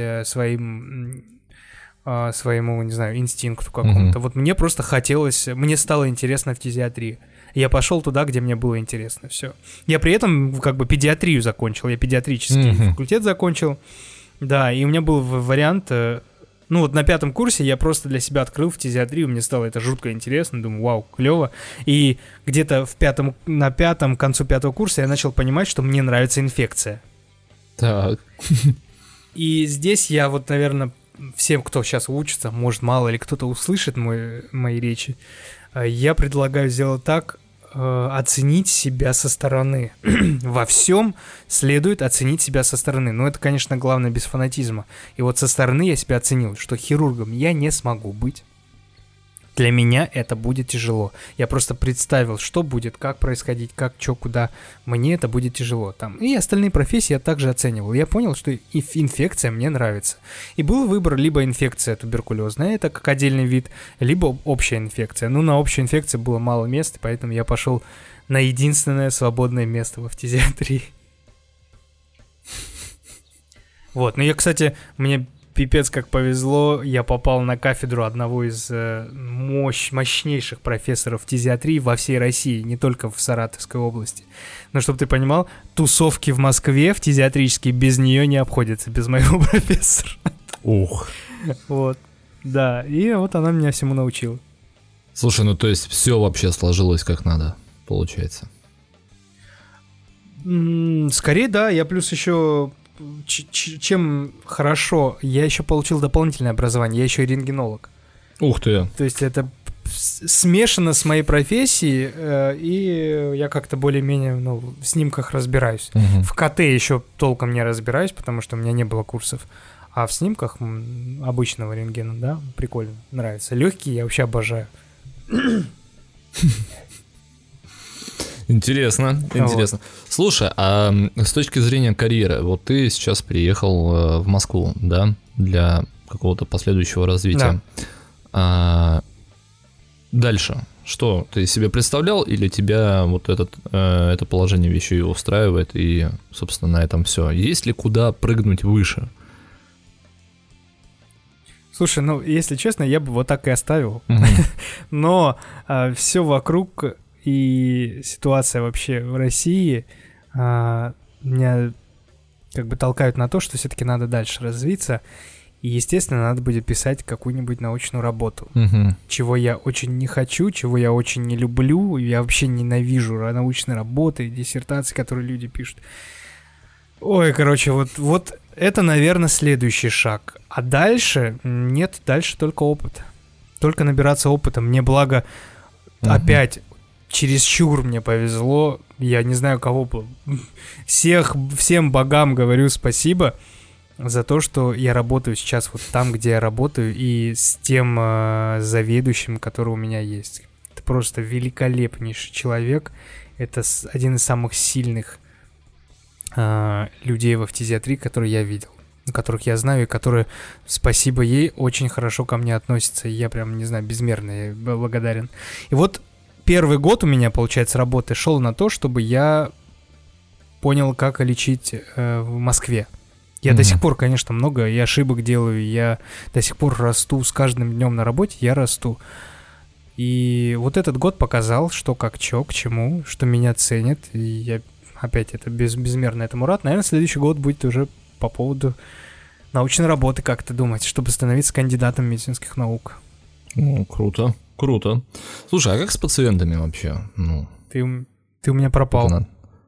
своему, не знаю, инстинкту какому-то. Вот мне просто хотелось, мне стало интересно фтизиатрия. Я пошел туда, где мне было интересно, все. Я при этом как бы педиатрию закончил, я педиатрический факультет закончил. Да, и у меня был вариант, на 5 курсе я просто для себя открыл фтизиатрию, мне стало это жутко интересно, думаю, вау, клево. И где-то к концу 5 курса я начал понимать, что мне нравится инфекция. Так. И здесь я вот, наверное, всем, кто сейчас учится, может, мало ли кто-то услышит мои речи, я предлагаю сделать так, оценить себя со стороны. Во всем следует оценить себя со стороны. Но это, конечно, главное, без фанатизма. И вот со стороны я себя оценил, что хирургом я не смогу быть. Для меня это будет тяжело. Я просто представил, что будет, как происходить, как, что, куда. Мне это будет тяжело. И остальные профессии я также оценивал. Я понял, что инфекция мне нравится. И был выбор либо инфекция туберкулезная, это как отдельный вид, либо общая инфекция. На общей инфекции было мало мест, поэтому я пошел на единственное свободное место во фтизиатрии. Вот, я, кстати, мне пипец как повезло, я попал на кафедру одного из мощнейших профессоров фтизиатрии во всей России, не только в Саратовской области. Но чтобы ты понимал, тусовки в Москве фтизиатрические без нее не обходятся, без моего профессора. Ух. Вот, да, и вот она меня всему научила. Слушай, то есть все вообще сложилось как надо, получается. Скорее, да. Я плюс еще... Чем хорошо, я еще получил дополнительное образование. Я еще и рентгенолог. Ух ты. То есть это смешано с моей профессией, и я как-то более-менее в снимках разбираюсь. В КТ еще толком не разбираюсь, потому что у меня не было курсов. А в снимках обычного рентгена, да, прикольно, нравится. Легкие я вообще обожаю. Интересно. Вот. Слушай, а с точки зрения карьеры, вот ты сейчас приехал в Москву, да, для какого-то последующего развития. Да. Дальше, что ты себе представлял, или тебя вот это положение вещей устраивает, и, собственно, на этом все? Есть ли куда прыгнуть выше? Слушай, если честно, я бы вот так и оставил. Но все вокруг и ситуация вообще в России меня как бы толкают на то, что все-таки надо дальше развиться. И, естественно, надо будет писать какую-нибудь научную работу. Чего я очень не хочу, чего я очень не люблю. Я вообще ненавижу научные работы, диссертации, которые люди пишут. Ой, короче, вот это, наверное, следующий шаг. А дальше? Нет, дальше только опыт. Только набираться опыта. Мне благо опять чересчур мне повезло. Я не знаю, кого было. Всем богам говорю спасибо за то, что я работаю сейчас вот там, где я работаю, и с тем заведующим, который у меня есть. Это просто великолепнейший человек. Это один из самых сильных людей в фтизиатрии, которые я видел, которых я знаю, и которые, спасибо ей, очень хорошо ко мне относятся. И я прям, не знаю, безмерно благодарен. И вот первый год у меня, получается, работы шел на то, чтобы я понял, как лечить в Москве. Я до сих пор, конечно, много и ошибок делаю, я до сих пор расту, с каждым днем на работе я расту. И вот этот год показал, что как чё, к чему, что меня ценят, и я опять это безмерно этому рад. Наверное, следующий год будет уже по поводу научной работы как-то думать, чтобы становиться кандидатом медицинских наук. Круто, круто. Слушай, а как с пациентами вообще? Ты у меня пропал.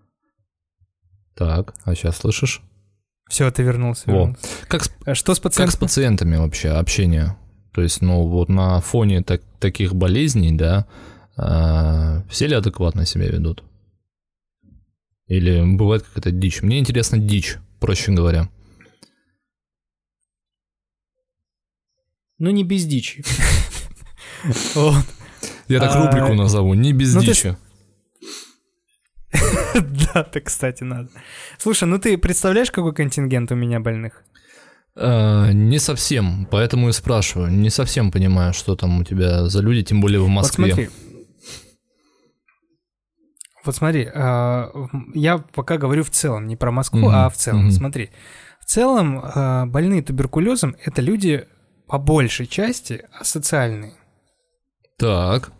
Так, а сейчас слышишь? Все, ты вернулся. Что с пациентами? Как с пациентами вообще общение? То есть, вот на фоне таких болезней, да, все ли адекватно себя ведут? Или бывает какая-то дичь? Мне интересно дичь, проще говоря. Не без дичи. Я так рубрику назову, не без дичи. Да, так, кстати, надо. Слушай, ты представляешь, какой контингент у меня больных? Не совсем, поэтому и спрашиваю. Не совсем понимаю, что там у тебя за люди, тем более в Москве. Вот смотри, я пока говорю в целом, не про Москву, а в целом. Смотри, в целом больные туберкулезом — это люди по большей части асоциальные. Так.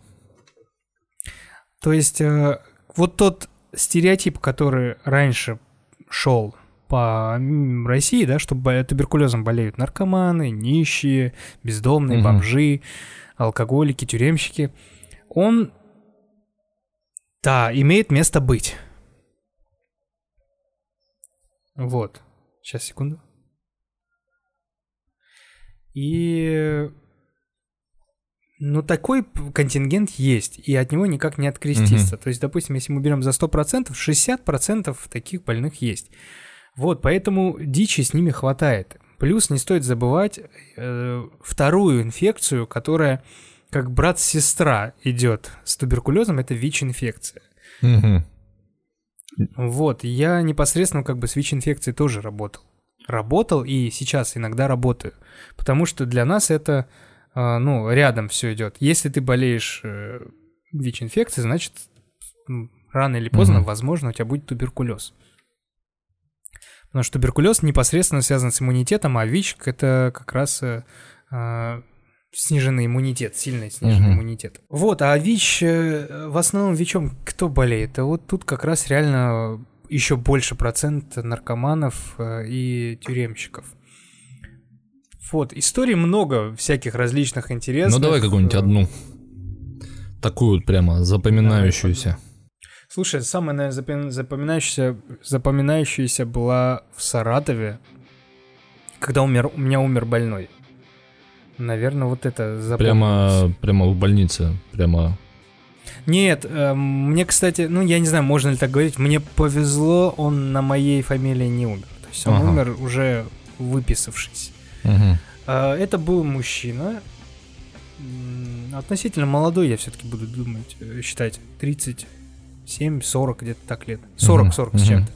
То есть вот тот стереотип, который раньше шел по России, да, что туберкулезом болеют наркоманы, нищие, бездомные, бомжи, алкоголики, тюремщики, он, да, имеет место быть. Вот. Сейчас, секунду. И... такой контингент есть, и от него никак не откреститься. То есть, допустим, если мы берем за 100%, 60% таких больных есть. Вот, поэтому дичи с ними хватает. Плюс не стоит забывать вторую инфекцию, которая как брат-сестра идет с туберкулезом, это ВИЧ-инфекция. Вот, я непосредственно как бы с ВИЧ-инфекцией тоже работал. Работал и сейчас иногда работаю, потому что для нас это... рядом все идет. Если ты болеешь ВИЧ-инфекцией, значит, рано или поздно, возможно, у тебя будет туберкулез. Потому что туберкулез непосредственно связан с иммунитетом, а ВИЧ — это как раз сниженный иммунитет, сильно сниженный иммунитет. Вот, а ВИЧ, в основном ВИЧом кто болеет? А вот тут как раз реально еще больше процент наркоманов и тюремщиков. Вот, историй много всяких различных интересных. Давай какую-нибудь одну. Такую вот прямо запоминающуюся. Слушай, самая, наверное, запоминающаяся была в Саратове, когда у меня умер больной. Наверное, вот это запомнилось. Прямо в больнице, прямо... Нет, мне, кстати, я не знаю, можно ли так говорить, мне повезло, он на моей фамилии не умер. То есть он умер уже выписавшись. Это был мужчина, относительно молодой, я все-таки буду считать, 37-40 где-то так лет. 40 с чем-то.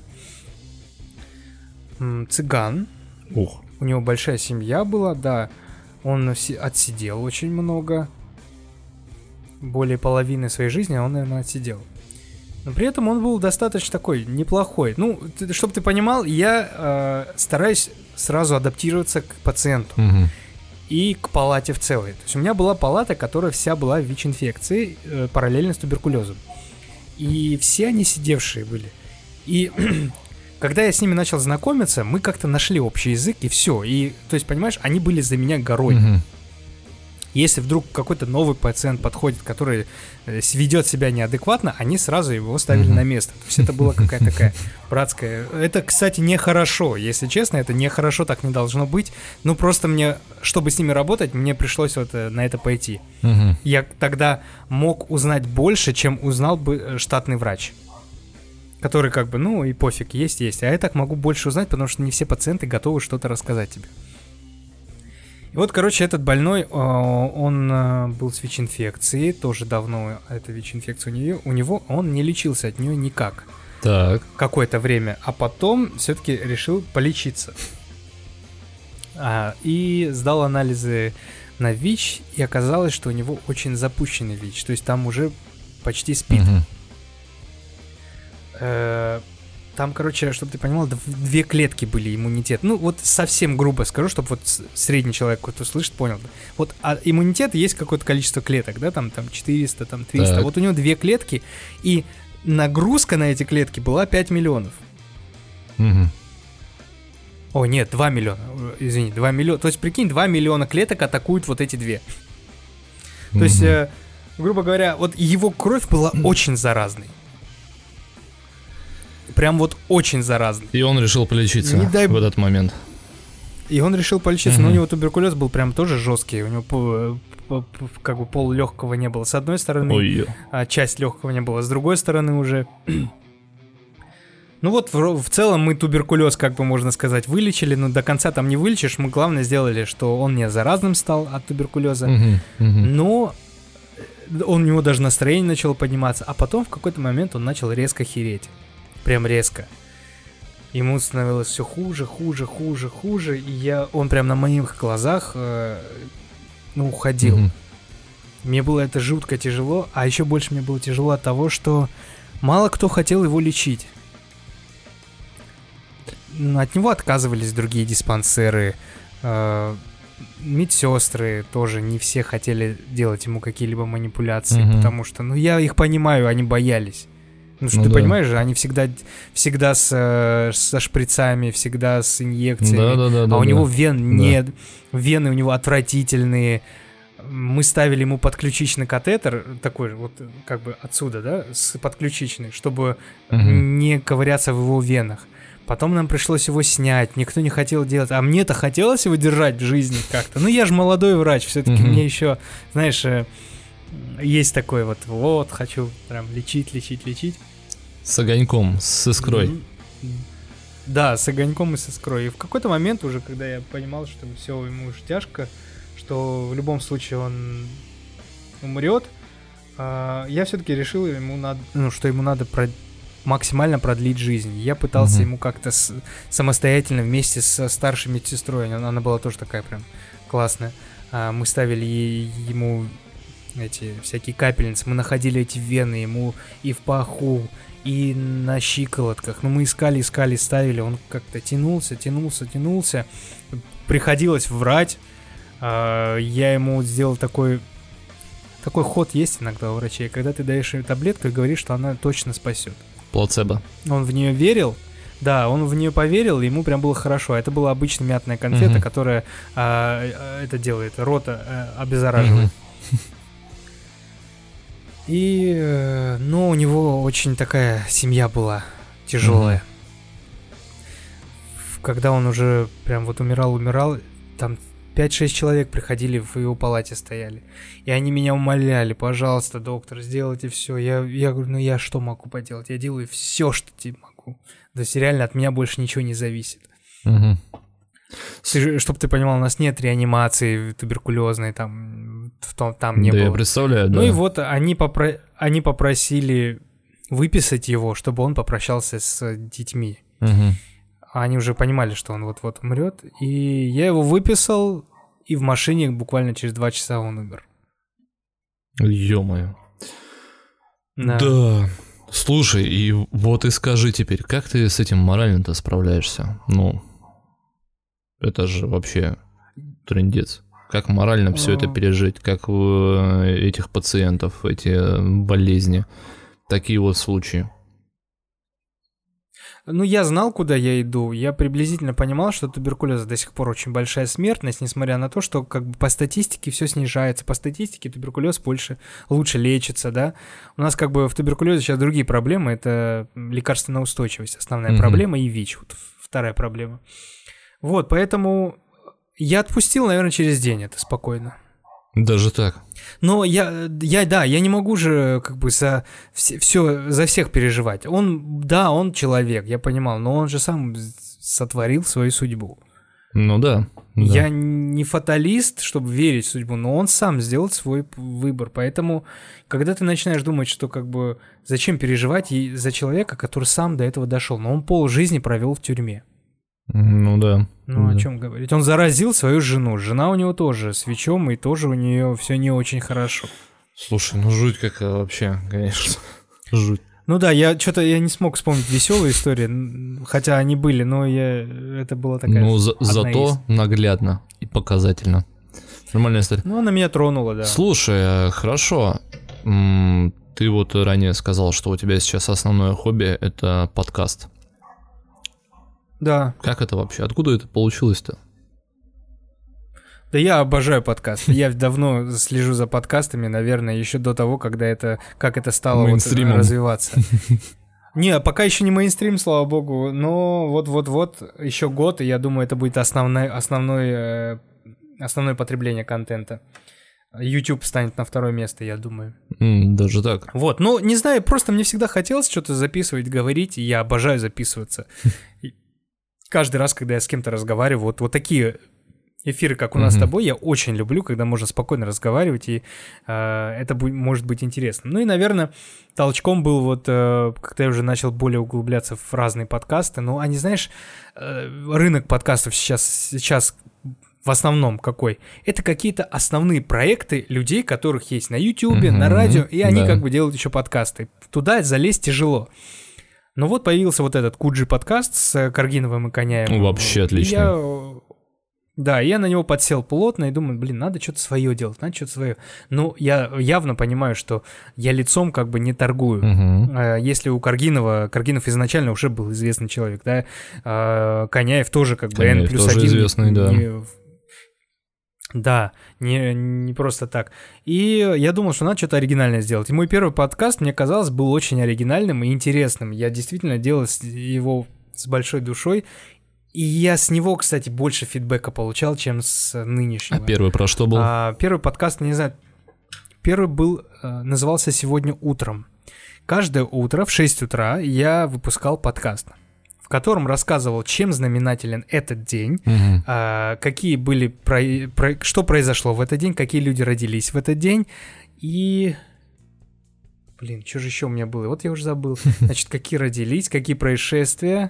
Цыган. Ух. У него большая семья была, да. Он отсидел очень много. Более половины своей жизни он, наверное, отсидел. Но при этом он был достаточно такой неплохой. Ну, чтобы ты понимал, я стараюсь сразу адаптироваться к пациенту и к палате в целой. То есть у меня была палата, которая вся была в ВИЧ-инфекции, параллельно с туберкулезом. И все они сидевшие были. И когда я с ними начал знакомиться, мы как-то нашли общий язык, и все. И, то есть, понимаешь, они были за меня горой. Если вдруг какой-то новый пациент подходит, который ведет себя неадекватно, они сразу его ставили на место. То есть это была какая-то такая братская... Это, кстати, нехорошо. Если честно, это нехорошо, так не должно быть. Ну, просто мне, чтобы с ними работать, мне пришлось вот на это пойти. Я тогда мог узнать больше, чем узнал бы штатный врач. Который как бы, и пофиг, есть. А я так могу больше узнать, потому что не все пациенты готовы что-то рассказать тебе. И вот, короче, этот больной, он был с ВИЧ-инфекцией, тоже давно эта ВИЧ-инфекция у него, он не лечился от нее никак. Так. Какое-то время, а потом все-таки решил полечиться. И сдал анализы на ВИЧ, и оказалось, что у него очень запущенный ВИЧ, то есть там уже почти СПИД. Там, короче, чтобы ты понимал, 2 клетки были иммунитет. Ну, вот совсем грубо скажу, чтобы вот средний человек, кто слышит, понял. Вот иммунитет есть какое-то количество клеток, да, там 400, там 300. Так. Вот у него 2 клетки, и нагрузка на эти клетки была 5 миллионов. О, нет, 2 миллиона. Извини, 2 миллиона. То есть, прикинь, 2 миллиона клеток атакуют вот эти 2. То есть, грубо говоря, вот его кровь была очень заразной. Прям вот очень заразный. И он решил полечиться в этот момент. И он решил полечиться, но у него туберкулез был прям тоже жесткий. У него как бы пол легкого не было. С одной стороны, часть легкого не было. С другой стороны уже... Ну вот в целом мы туберкулез, как бы можно сказать, вылечили, но до конца там не вылечишь. Мы главное сделали, что он не заразным стал от туберкулеза. Но у него даже настроение начало подниматься. А потом в какой-то момент он начал резко хереть. Прям резко. Ему становилось все хуже. И он прям на моих глазах уходил. Мне было это жутко тяжело. А еще больше мне было тяжело от того, что мало кто хотел его лечить. От него отказывались другие диспансеры. Медсестры тоже не все хотели делать ему какие-либо манипуляции. Потому что, я их понимаю, они боялись. Ну что, ты понимаешь же, они всегда со шприцами, всегда с инъекциями, у него вен нет, вены у него отвратительные. Мы ставили ему подключичный катетер, такой вот как бы отсюда, да, с подключичный, чтобы не ковыряться в его венах. Потом нам пришлось его снять, никто не хотел делать, а мне-то хотелось его держать в жизни как-то. Ну я же молодой врач, все-таки мне еще, знаешь... Есть такой вот, хочу прям лечить. С огоньком, с искрой. Да, с огоньком и с искрой. И в какой-то момент уже, когда я понимал, что все, ему уже тяжко, что в любом случае он умрет, я все-таки решил, что ему надо максимально продлить жизнь. Я пытался ему как-то самостоятельно вместе со старшей медсестрой, она была тоже такая прям классная, мы ставили ему... эти всякие капельницы, мы находили эти вены ему и в паху, и на щиколотках. Мы искали, ставили, он как-то тянулся. Приходилось врать. Я ему сделал такой ход есть иногда у врачей, когда ты даешь ей таблетку и говоришь, что она точно спасет. Плацебо. Он в нее верил. Да, он в нее поверил, и ему прям было хорошо. Это была обычная мятная конфета, которая это делает, рот обеззараживает. И, ну, у него очень такая семья была тяжелая. Когда он уже прям вот умирал, там 5-6 человек приходили, в его палате стояли. И они меня умоляли: пожалуйста, доктор, сделайте все. Я говорю, ну я что могу поделать? Я делаю все, что тебе могу. То есть реально от меня больше ничего не зависит. Чтобы ты понимал, у нас нет реанимации туберкулезной, там не было. Да, я представляю, да. Ну и вот они попросили выписать его, чтобы он попрощался с детьми. Они уже понимали, что он вот-вот умрет. И я его выписал, и в машине буквально через 2 часа он умер. Ё-моё. Да. Слушай, и вот и скажи теперь, как ты с этим морально-то справляешься? Ну, это же вообще трындец. Как морально все это пережить? Как у этих пациентов, эти болезни? Такие вот случаи. Ну, я знал, куда я иду. Я приблизительно понимал, что туберкулез до сих пор очень большая смертность, несмотря на то, что как бы по статистике все снижается. По статистике туберкулез лучше лечится, да. У нас как бы в туберкулезе сейчас другие проблемы. Это лекарственная устойчивость, основная проблема, и ВИЧ, вот вторая проблема. Вот, поэтому я отпустил, наверное, через день это спокойно. Даже так? Но я не могу же как бы за всех переживать. Он человек, я понимал, но он же сам сотворил свою судьбу. Ну да. Я не фаталист, чтобы верить в судьбу, но он сам сделал свой выбор. Поэтому, когда ты начинаешь думать, что как бы зачем переживать за человека, который сам до этого дошел, но он полжизни провел в тюрьме. Ну да. Ну, о чем говорить? Он заразил свою жену. Жена у него тоже с ВИЧом, и тоже у нее все не очень хорошо. Слушай, ну жуть какая вообще, конечно. Жуть. Ну да, я не смог вспомнить веселые истории, хотя они были, но это была такая. Ну, зато наглядно и показательно. Нормальная история. Ну, она меня тронула, да. Слушай, хорошо. Ты вот ранее сказал, что у тебя сейчас основное хобби — это подкаст. Да. Как это вообще? Откуда это получилось-то? Да я обожаю подкасты. Я давно слежу за подкастами, наверное, еще до того, как это стало развиваться. Не, пока еще не мейнстрим, слава богу, но вот еще год, и я думаю, это будет основное потребление контента. YouTube станет на второе место, я думаю. Даже так? Вот, ну, не знаю, просто мне всегда хотелось что-то записывать, говорить, и я обожаю записываться. Каждый раз, когда я с кем-то разговариваю, вот такие эфиры, как у нас с тобой, я очень люблю, когда можно спокойно разговаривать, и это может быть интересно. Ну и, наверное, толчком был когда я уже начал более углубляться в разные подкасты. Ну, они, знаешь, рынок подкастов сейчас в основном какой? Это какие-то основные проекты людей, которых есть на YouTube, на радио, и они как бы делают еще подкасты. Туда залезть тяжело. Но вот появился вот этот Куджи подкаст с Каргиновым и Коняевым. Вообще отлично. Я на него подсел плотно и думаю, надо что-то свое делать, Ну, я явно понимаю, что я лицом как бы не торгую. Если у Каргинов изначально уже был известный человек, да, Коняев тоже как бы N+1. Тоже известный, да. Да, не просто так. И я думал, что надо что-то оригинальное сделать. И мой первый подкаст, мне казалось, был очень оригинальным и интересным. Я действительно делал его с большой душой. И я с него, кстати, больше фидбэка получал, чем с нынешнего. А первый про что был? Первый подкаст, не знаю. Первый назывался «Сегодня утром». Каждое утро в 6 утра я выпускал подкаст, в котором рассказывал, чем знаменателен этот день, какие были, что произошло в этот день, какие люди родились в этот день, и... что же еще у меня было? Вот я уже забыл. Значит, какие родились, какие происшествия,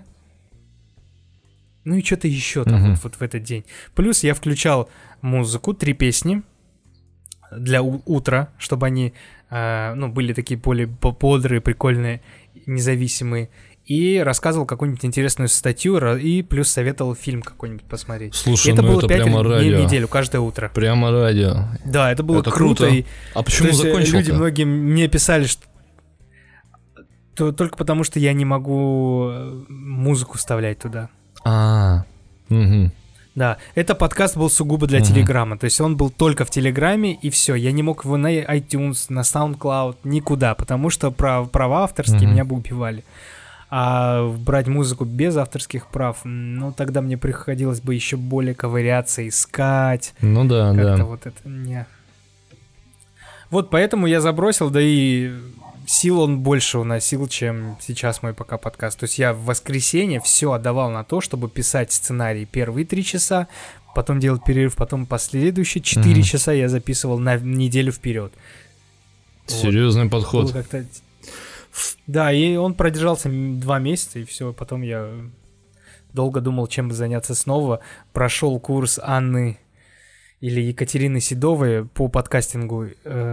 ну и что-то еще там вот в этот день. Плюс я включал музыку, 3 песни для утра, чтобы они, были такие более бодрые, прикольные, независимые. И рассказывал какую-нибудь интересную статью, и плюс советовал фильм какой-нибудь посмотреть. Слушай, это было 5 прямо радио. Неделю, каждое утро. Прямо радио. Да, это было круто. А почему закончил-то? Люди многие мне писали, что только потому, что я не могу музыку вставлять туда. Да, это подкаст был сугубо для Телеграма, то есть он был только в Телеграме, и все, я не мог его на iTunes, на SoundCloud, никуда, потому что права авторские меня бы убивали. А брать музыку без авторских прав, ну, тогда мне приходилось бы еще более ковыряться, искать. Ну да, как-то да. Вот это не... Вот поэтому я забросил, да и сил он больше уносил, чем сейчас мой пока подкаст. То есть я в воскресенье все отдавал на то, чтобы писать сценарий первые 3 часа, потом делать перерыв, потом последующие 4 часа я записывал на неделю вперед. Серьезный подход. Да, и он продержался 2 месяца, и все. Потом я долго думал, чем бы заняться снова. Прошел курс Анны или Екатерины Седовой по подкастингу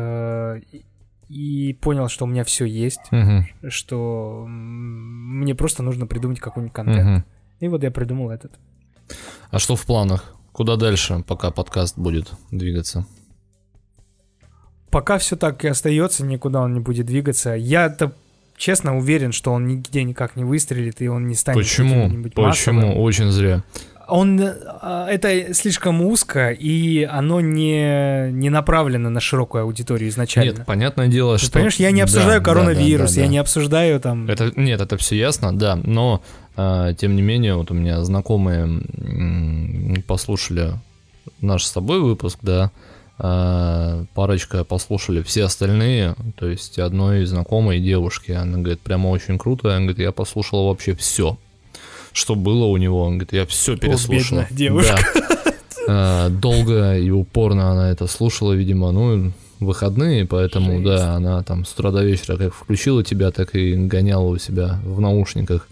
и понял, что у меня все есть, что мне просто нужно придумать какой-нибудь контент. И вот я придумал этот. А что в планах? Куда дальше, пока подкаст будет двигаться? Пока все так и остается, никуда он не будет двигаться. Я-то честно уверен, что он нигде никак не выстрелит, и он не станет каким-нибудь массовым. Почему? Очень зря. Это слишком узко, и оно не направлено на широкую аудиторию изначально. Нет, понятное дело, что... Понимаешь, я не обсуждаю коронавирус, я не обсуждаю там... Нет, это все ясно, да, но тем не менее, вот у меня знакомые послушали наш с тобой выпуск, да, парочка послушали все остальные, то есть одной знакомой девушки, она говорит, прямо очень круто, она говорит, я послушала вообще все, что было у него, он говорит, я все переслушала. Бедная девушка. Да. Долго и упорно она это слушала, видимо, выходные, поэтому, жесть. Да, она там с утра до вечера как включила тебя, так и гоняла у себя в наушниках.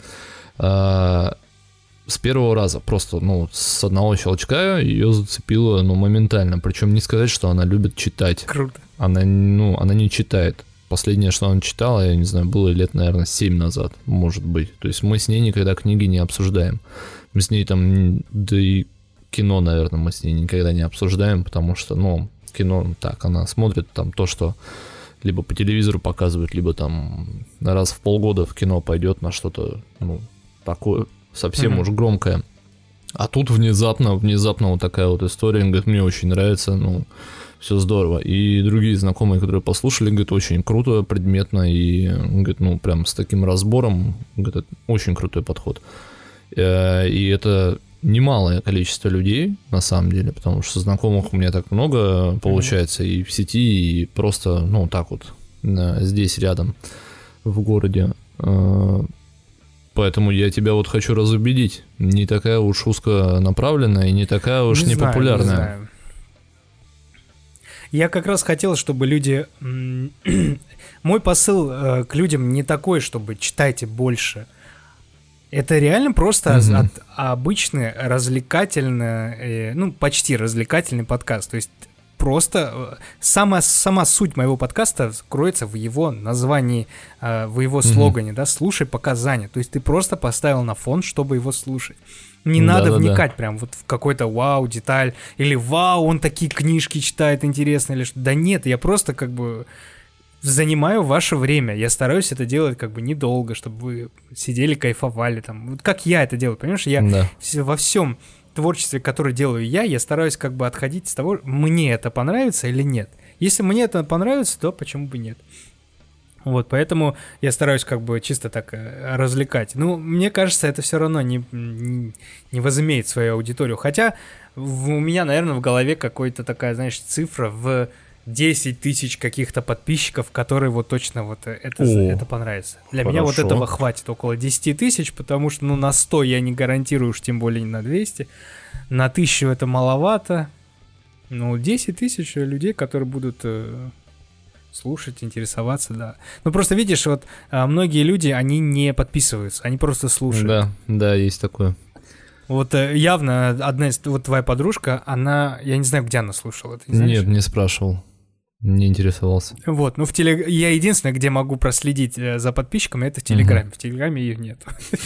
С первого раза, просто, с одного щелчка ее зацепило, моментально. Причем не сказать, что она любит читать. Круто. Она не читает. Последнее, что она читала, я не знаю, было лет, наверное, 7 назад, может быть. То есть мы с ней никогда книги не обсуждаем. Мы с ней там, да и кино, наверное, мы с ней никогда не обсуждаем, потому что, кино, так, она смотрит там то, что либо по телевизору показывают, либо там раз в полгода в кино пойдет на что-то, такое совсем уж громкое. А тут внезапно вот такая вот история, говорит, мне очень нравится, все здорово. И другие знакомые, которые послушали, говорят, очень круто, предметно, и, говорит, прям с таким разбором, говорит, очень крутой подход. И это немалое количество людей, на самом деле, потому что знакомых у меня так много получается, и в сети, и просто, так вот, здесь рядом, в городе. Поэтому я тебя вот хочу разубедить. Не такая уж узконаправленная и не такая уж непопулярная. Не знаю. Я как раз хотел, чтобы люди... Мой посыл к людям не такой, чтобы читайте больше. Это реально просто обычный развлекательный, почти развлекательный подкаст. То есть просто сама суть моего подкаста кроется в его названии, в его слогане, да, «Слушай, пока занят». То есть ты просто поставил на фон, чтобы его слушать. Не надо вникать прям вот в какой-то вау-деталь, или вау, он такие книжки читает интересные, или что. Да нет, я просто как бы занимаю ваше время. Я стараюсь это делать как бы недолго, чтобы вы сидели, кайфовали там. Вот как я это делаю, понимаешь? Я во всем творчестве, которое делаю я стараюсь как бы отходить с того, мне это понравится или нет. Если мне это понравится, то почему бы нет? Вот, поэтому я стараюсь как бы чисто так развлекать. Мне кажется, это все равно не возымеет свою аудиторию. Хотя у меня, наверное, в голове какая-то такая, знаешь, цифра в 10 тысяч каких-то подписчиков, которые вот точно вот это понравится. Для меня вот этого хватит, около 10 тысяч, потому что, на 100 я не гарантирую, уж тем более не на 200. На 1000 это маловато. 10 тысяч людей, которые будут слушать, интересоваться, да. Просто видишь, вот многие люди, они не подписываются, они просто слушают. Да, есть такое. Вот явно одна из, вот твоя подружка, она, я не знаю, где она слушала. Ты не знаешь? Нет, не спрашивал. Не интересовался. Вот, я единственное, где могу проследить за подписчиками, это в Телеграме. В Телеграме ее нет.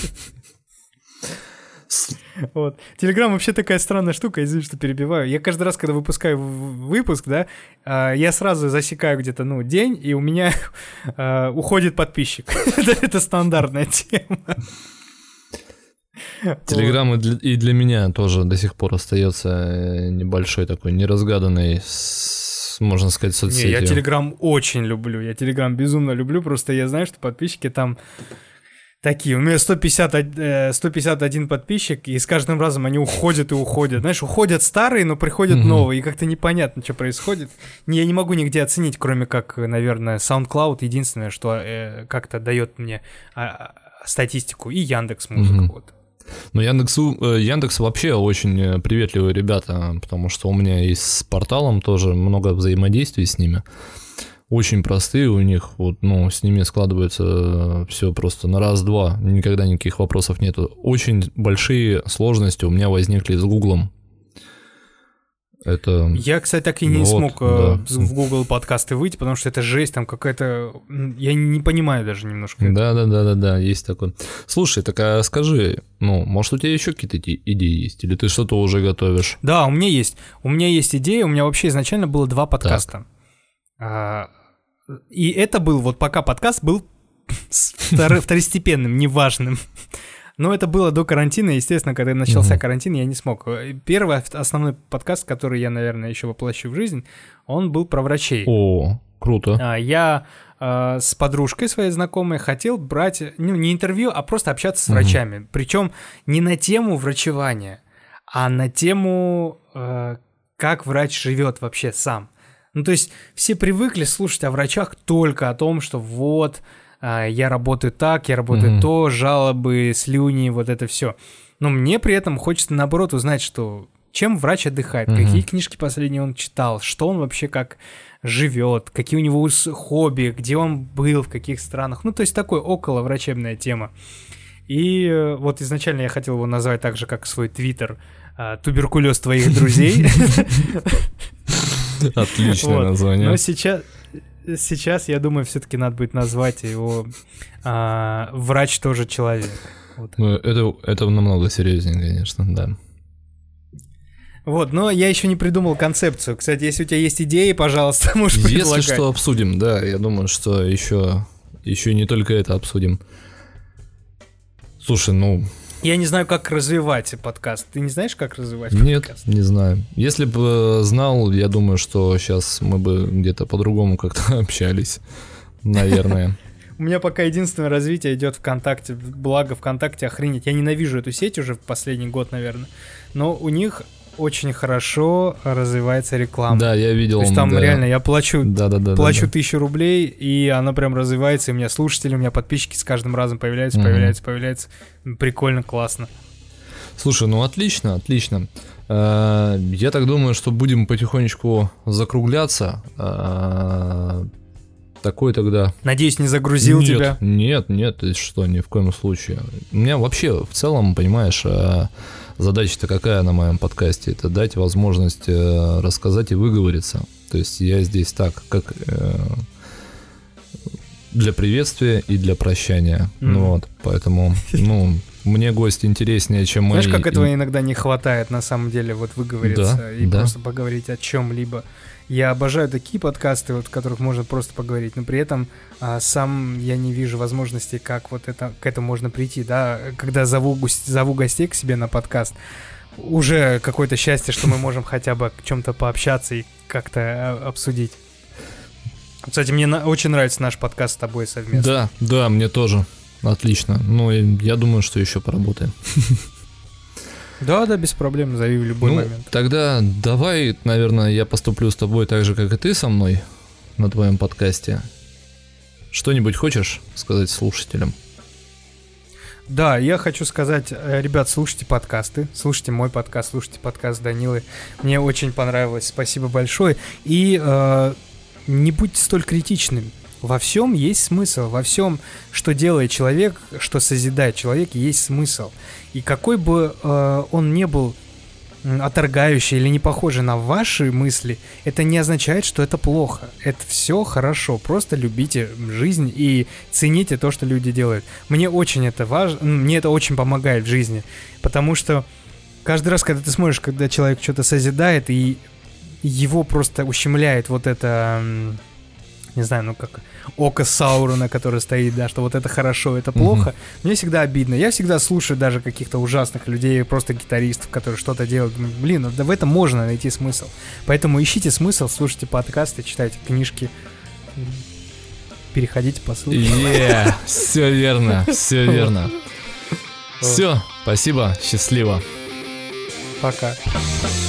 Вот. Телеграм вообще такая странная штука, извини, что перебиваю. Я каждый раз, когда выпускаю выпуск, да, я сразу засекаю где-то, день, и у меня уходит подписчик. Это стандартная тема. Телеграм и для меня тоже до сих пор остается небольшой такой неразгаданный, можно сказать, соцсетью. Не, я Телеграм очень люблю, я Телеграм безумно люблю, просто я знаю, что подписчики там такие. У меня 151 подписчик, и с каждым разом они уходят и уходят. Знаешь, уходят старые, но приходят новые, и как-то непонятно, что происходит. Я не могу нигде оценить, кроме как, наверное, SoundCloud, единственное, что как-то дает мне статистику, и Яндекс.Музыка, вот. Ну, Яндекс вообще очень приветливые ребята, потому что у меня и с порталом тоже много взаимодействий с ними. Очень простые у них, вот, ну, с ними складывается все просто на раз-два, никогда никаких вопросов нету. Очень большие сложности у меня возникли с Гуглом. Это... Я, кстати, так и не смог в Google подкасты выйти, потому что это жесть, там какая-то... Я не понимаю даже немножко. Да, есть такое. Слушай, так а скажи, ну, может, у тебя еще какие-то идеи есть? Или ты что-то уже готовишь? Да, у меня есть. У меня есть идея, у меня вообще изначально было 2 подкаста. И это был, вот пока подкаст был второстепенным, неважным. Но это было до карантина, естественно, когда начался карантин, я не смог. Первый основной подкаст, который я, наверное, еще воплощу в жизнь, он был про врачей. О, круто. Я с подружкой своей знакомой хотел брать, ну, не интервью, а просто общаться с врачами. Причем не на тему врачевания, а на тему, как врач живет вообще сам. Ну, то есть все привыкли слушать о врачах только о том, что вот... я работаю так, я работаю то, жалобы, слюни, вот это все. Но мне при этом хочется, наоборот, узнать, что чем врач отдыхает, какие книжки последние он читал, что он вообще как живет, какие у него хобби, где он был, в каких странах. Ну, то есть такой околоврачебная тема. И вот изначально я хотел его назвать так же, как свой твиттер «Туберкулез твоих друзей». Отличное название. Но сейчас, я думаю, все-таки надо будет назвать его «Врач тоже человек». Вот. Ну, это намного серьезнее, конечно, да. Вот, но я еще не придумал концепцию. Кстати, если у тебя есть идеи, пожалуйста, можешь предлагать. Если что, обсудим, да. Я думаю, что еще не только это обсудим. Слушай, ну... Я не знаю, как развивать подкаст. Ты не знаешь, как развивать Нет, подкаст? не знаю. Если бы знал, я думаю, что сейчас мы бы где-то по-другому как-то общались. Наверное. У меня пока единственное развитие идет ВКонтакте. Благо ВКонтакте охренеть. Я ненавижу эту сеть уже в последний год, наверное. Но у них очень хорошо развивается реклама. Да, я видел. То есть там реально я плачу 1000 рублей, и она прям развивается, и у меня слушатели, у меня подписчики с каждым разом появляются. Прикольно, классно. Слушай, ну отлично. Я так думаю, что будем потихонечку закругляться. Такой тогда... Надеюсь, не загрузил тебя? Нет, ты что, ни в коем случае. У меня вообще в целом, понимаешь... Задача-то какая на моем подкасте? Это дать возможность рассказать и выговориться. То есть я здесь так, как для приветствия и для прощания. Ну вот, поэтому, мне гость интереснее, чем мои... Знаешь, как этого иногда не хватает, на самом деле, вот выговориться и просто поговорить о чем-либо. Я обожаю такие подкасты, вот, в которых можно просто поговорить, но при этом сам я не вижу возможности, как вот к этому можно прийти, да, когда зову гостей к себе на подкаст, уже какое-то счастье, что мы можем хотя бы о чем-то пообщаться и как-то обсудить. Кстати, мне очень нравится наш подкаст с тобой совместно. Да, мне тоже. Отлично. Ну, я думаю, что еще поработаем. Да, без проблем, зови в любой момент. Тогда давай, наверное, я поступлю с тобой так же, как и ты со мной на твоем подкасте. Что-нибудь хочешь сказать слушателям? Да, я хочу сказать, ребят, слушайте подкасты, слушайте мой подкаст, слушайте подкаст Данилы. Мне очень понравилось, спасибо большое. И не будьте столь критичными. Во всем есть смысл, во всем, что делает человек, что созидает человек, есть смысл. И какой бы он ни был отторгающий или не похожий на ваши мысли, это не означает, что это плохо. Это все хорошо, просто любите жизнь и цените то, что люди делают. Мне очень это важно, мне это очень помогает в жизни, потому что каждый раз, когда ты смотришь, когда человек что-то созидает, и его просто ущемляет вот это... не знаю, ну как око Саурона, которое стоит, да, что вот это хорошо, это плохо. Мне всегда обидно. Я всегда слушаю даже каких-то ужасных людей, просто гитаристов, которые что-то делают. Блин, ну да в этом можно найти смысл. Поэтому ищите смысл, слушайте подкасты, читайте книжки, переходите по ссылке. Все верно, все верно. Все, спасибо, счастливо. Пока.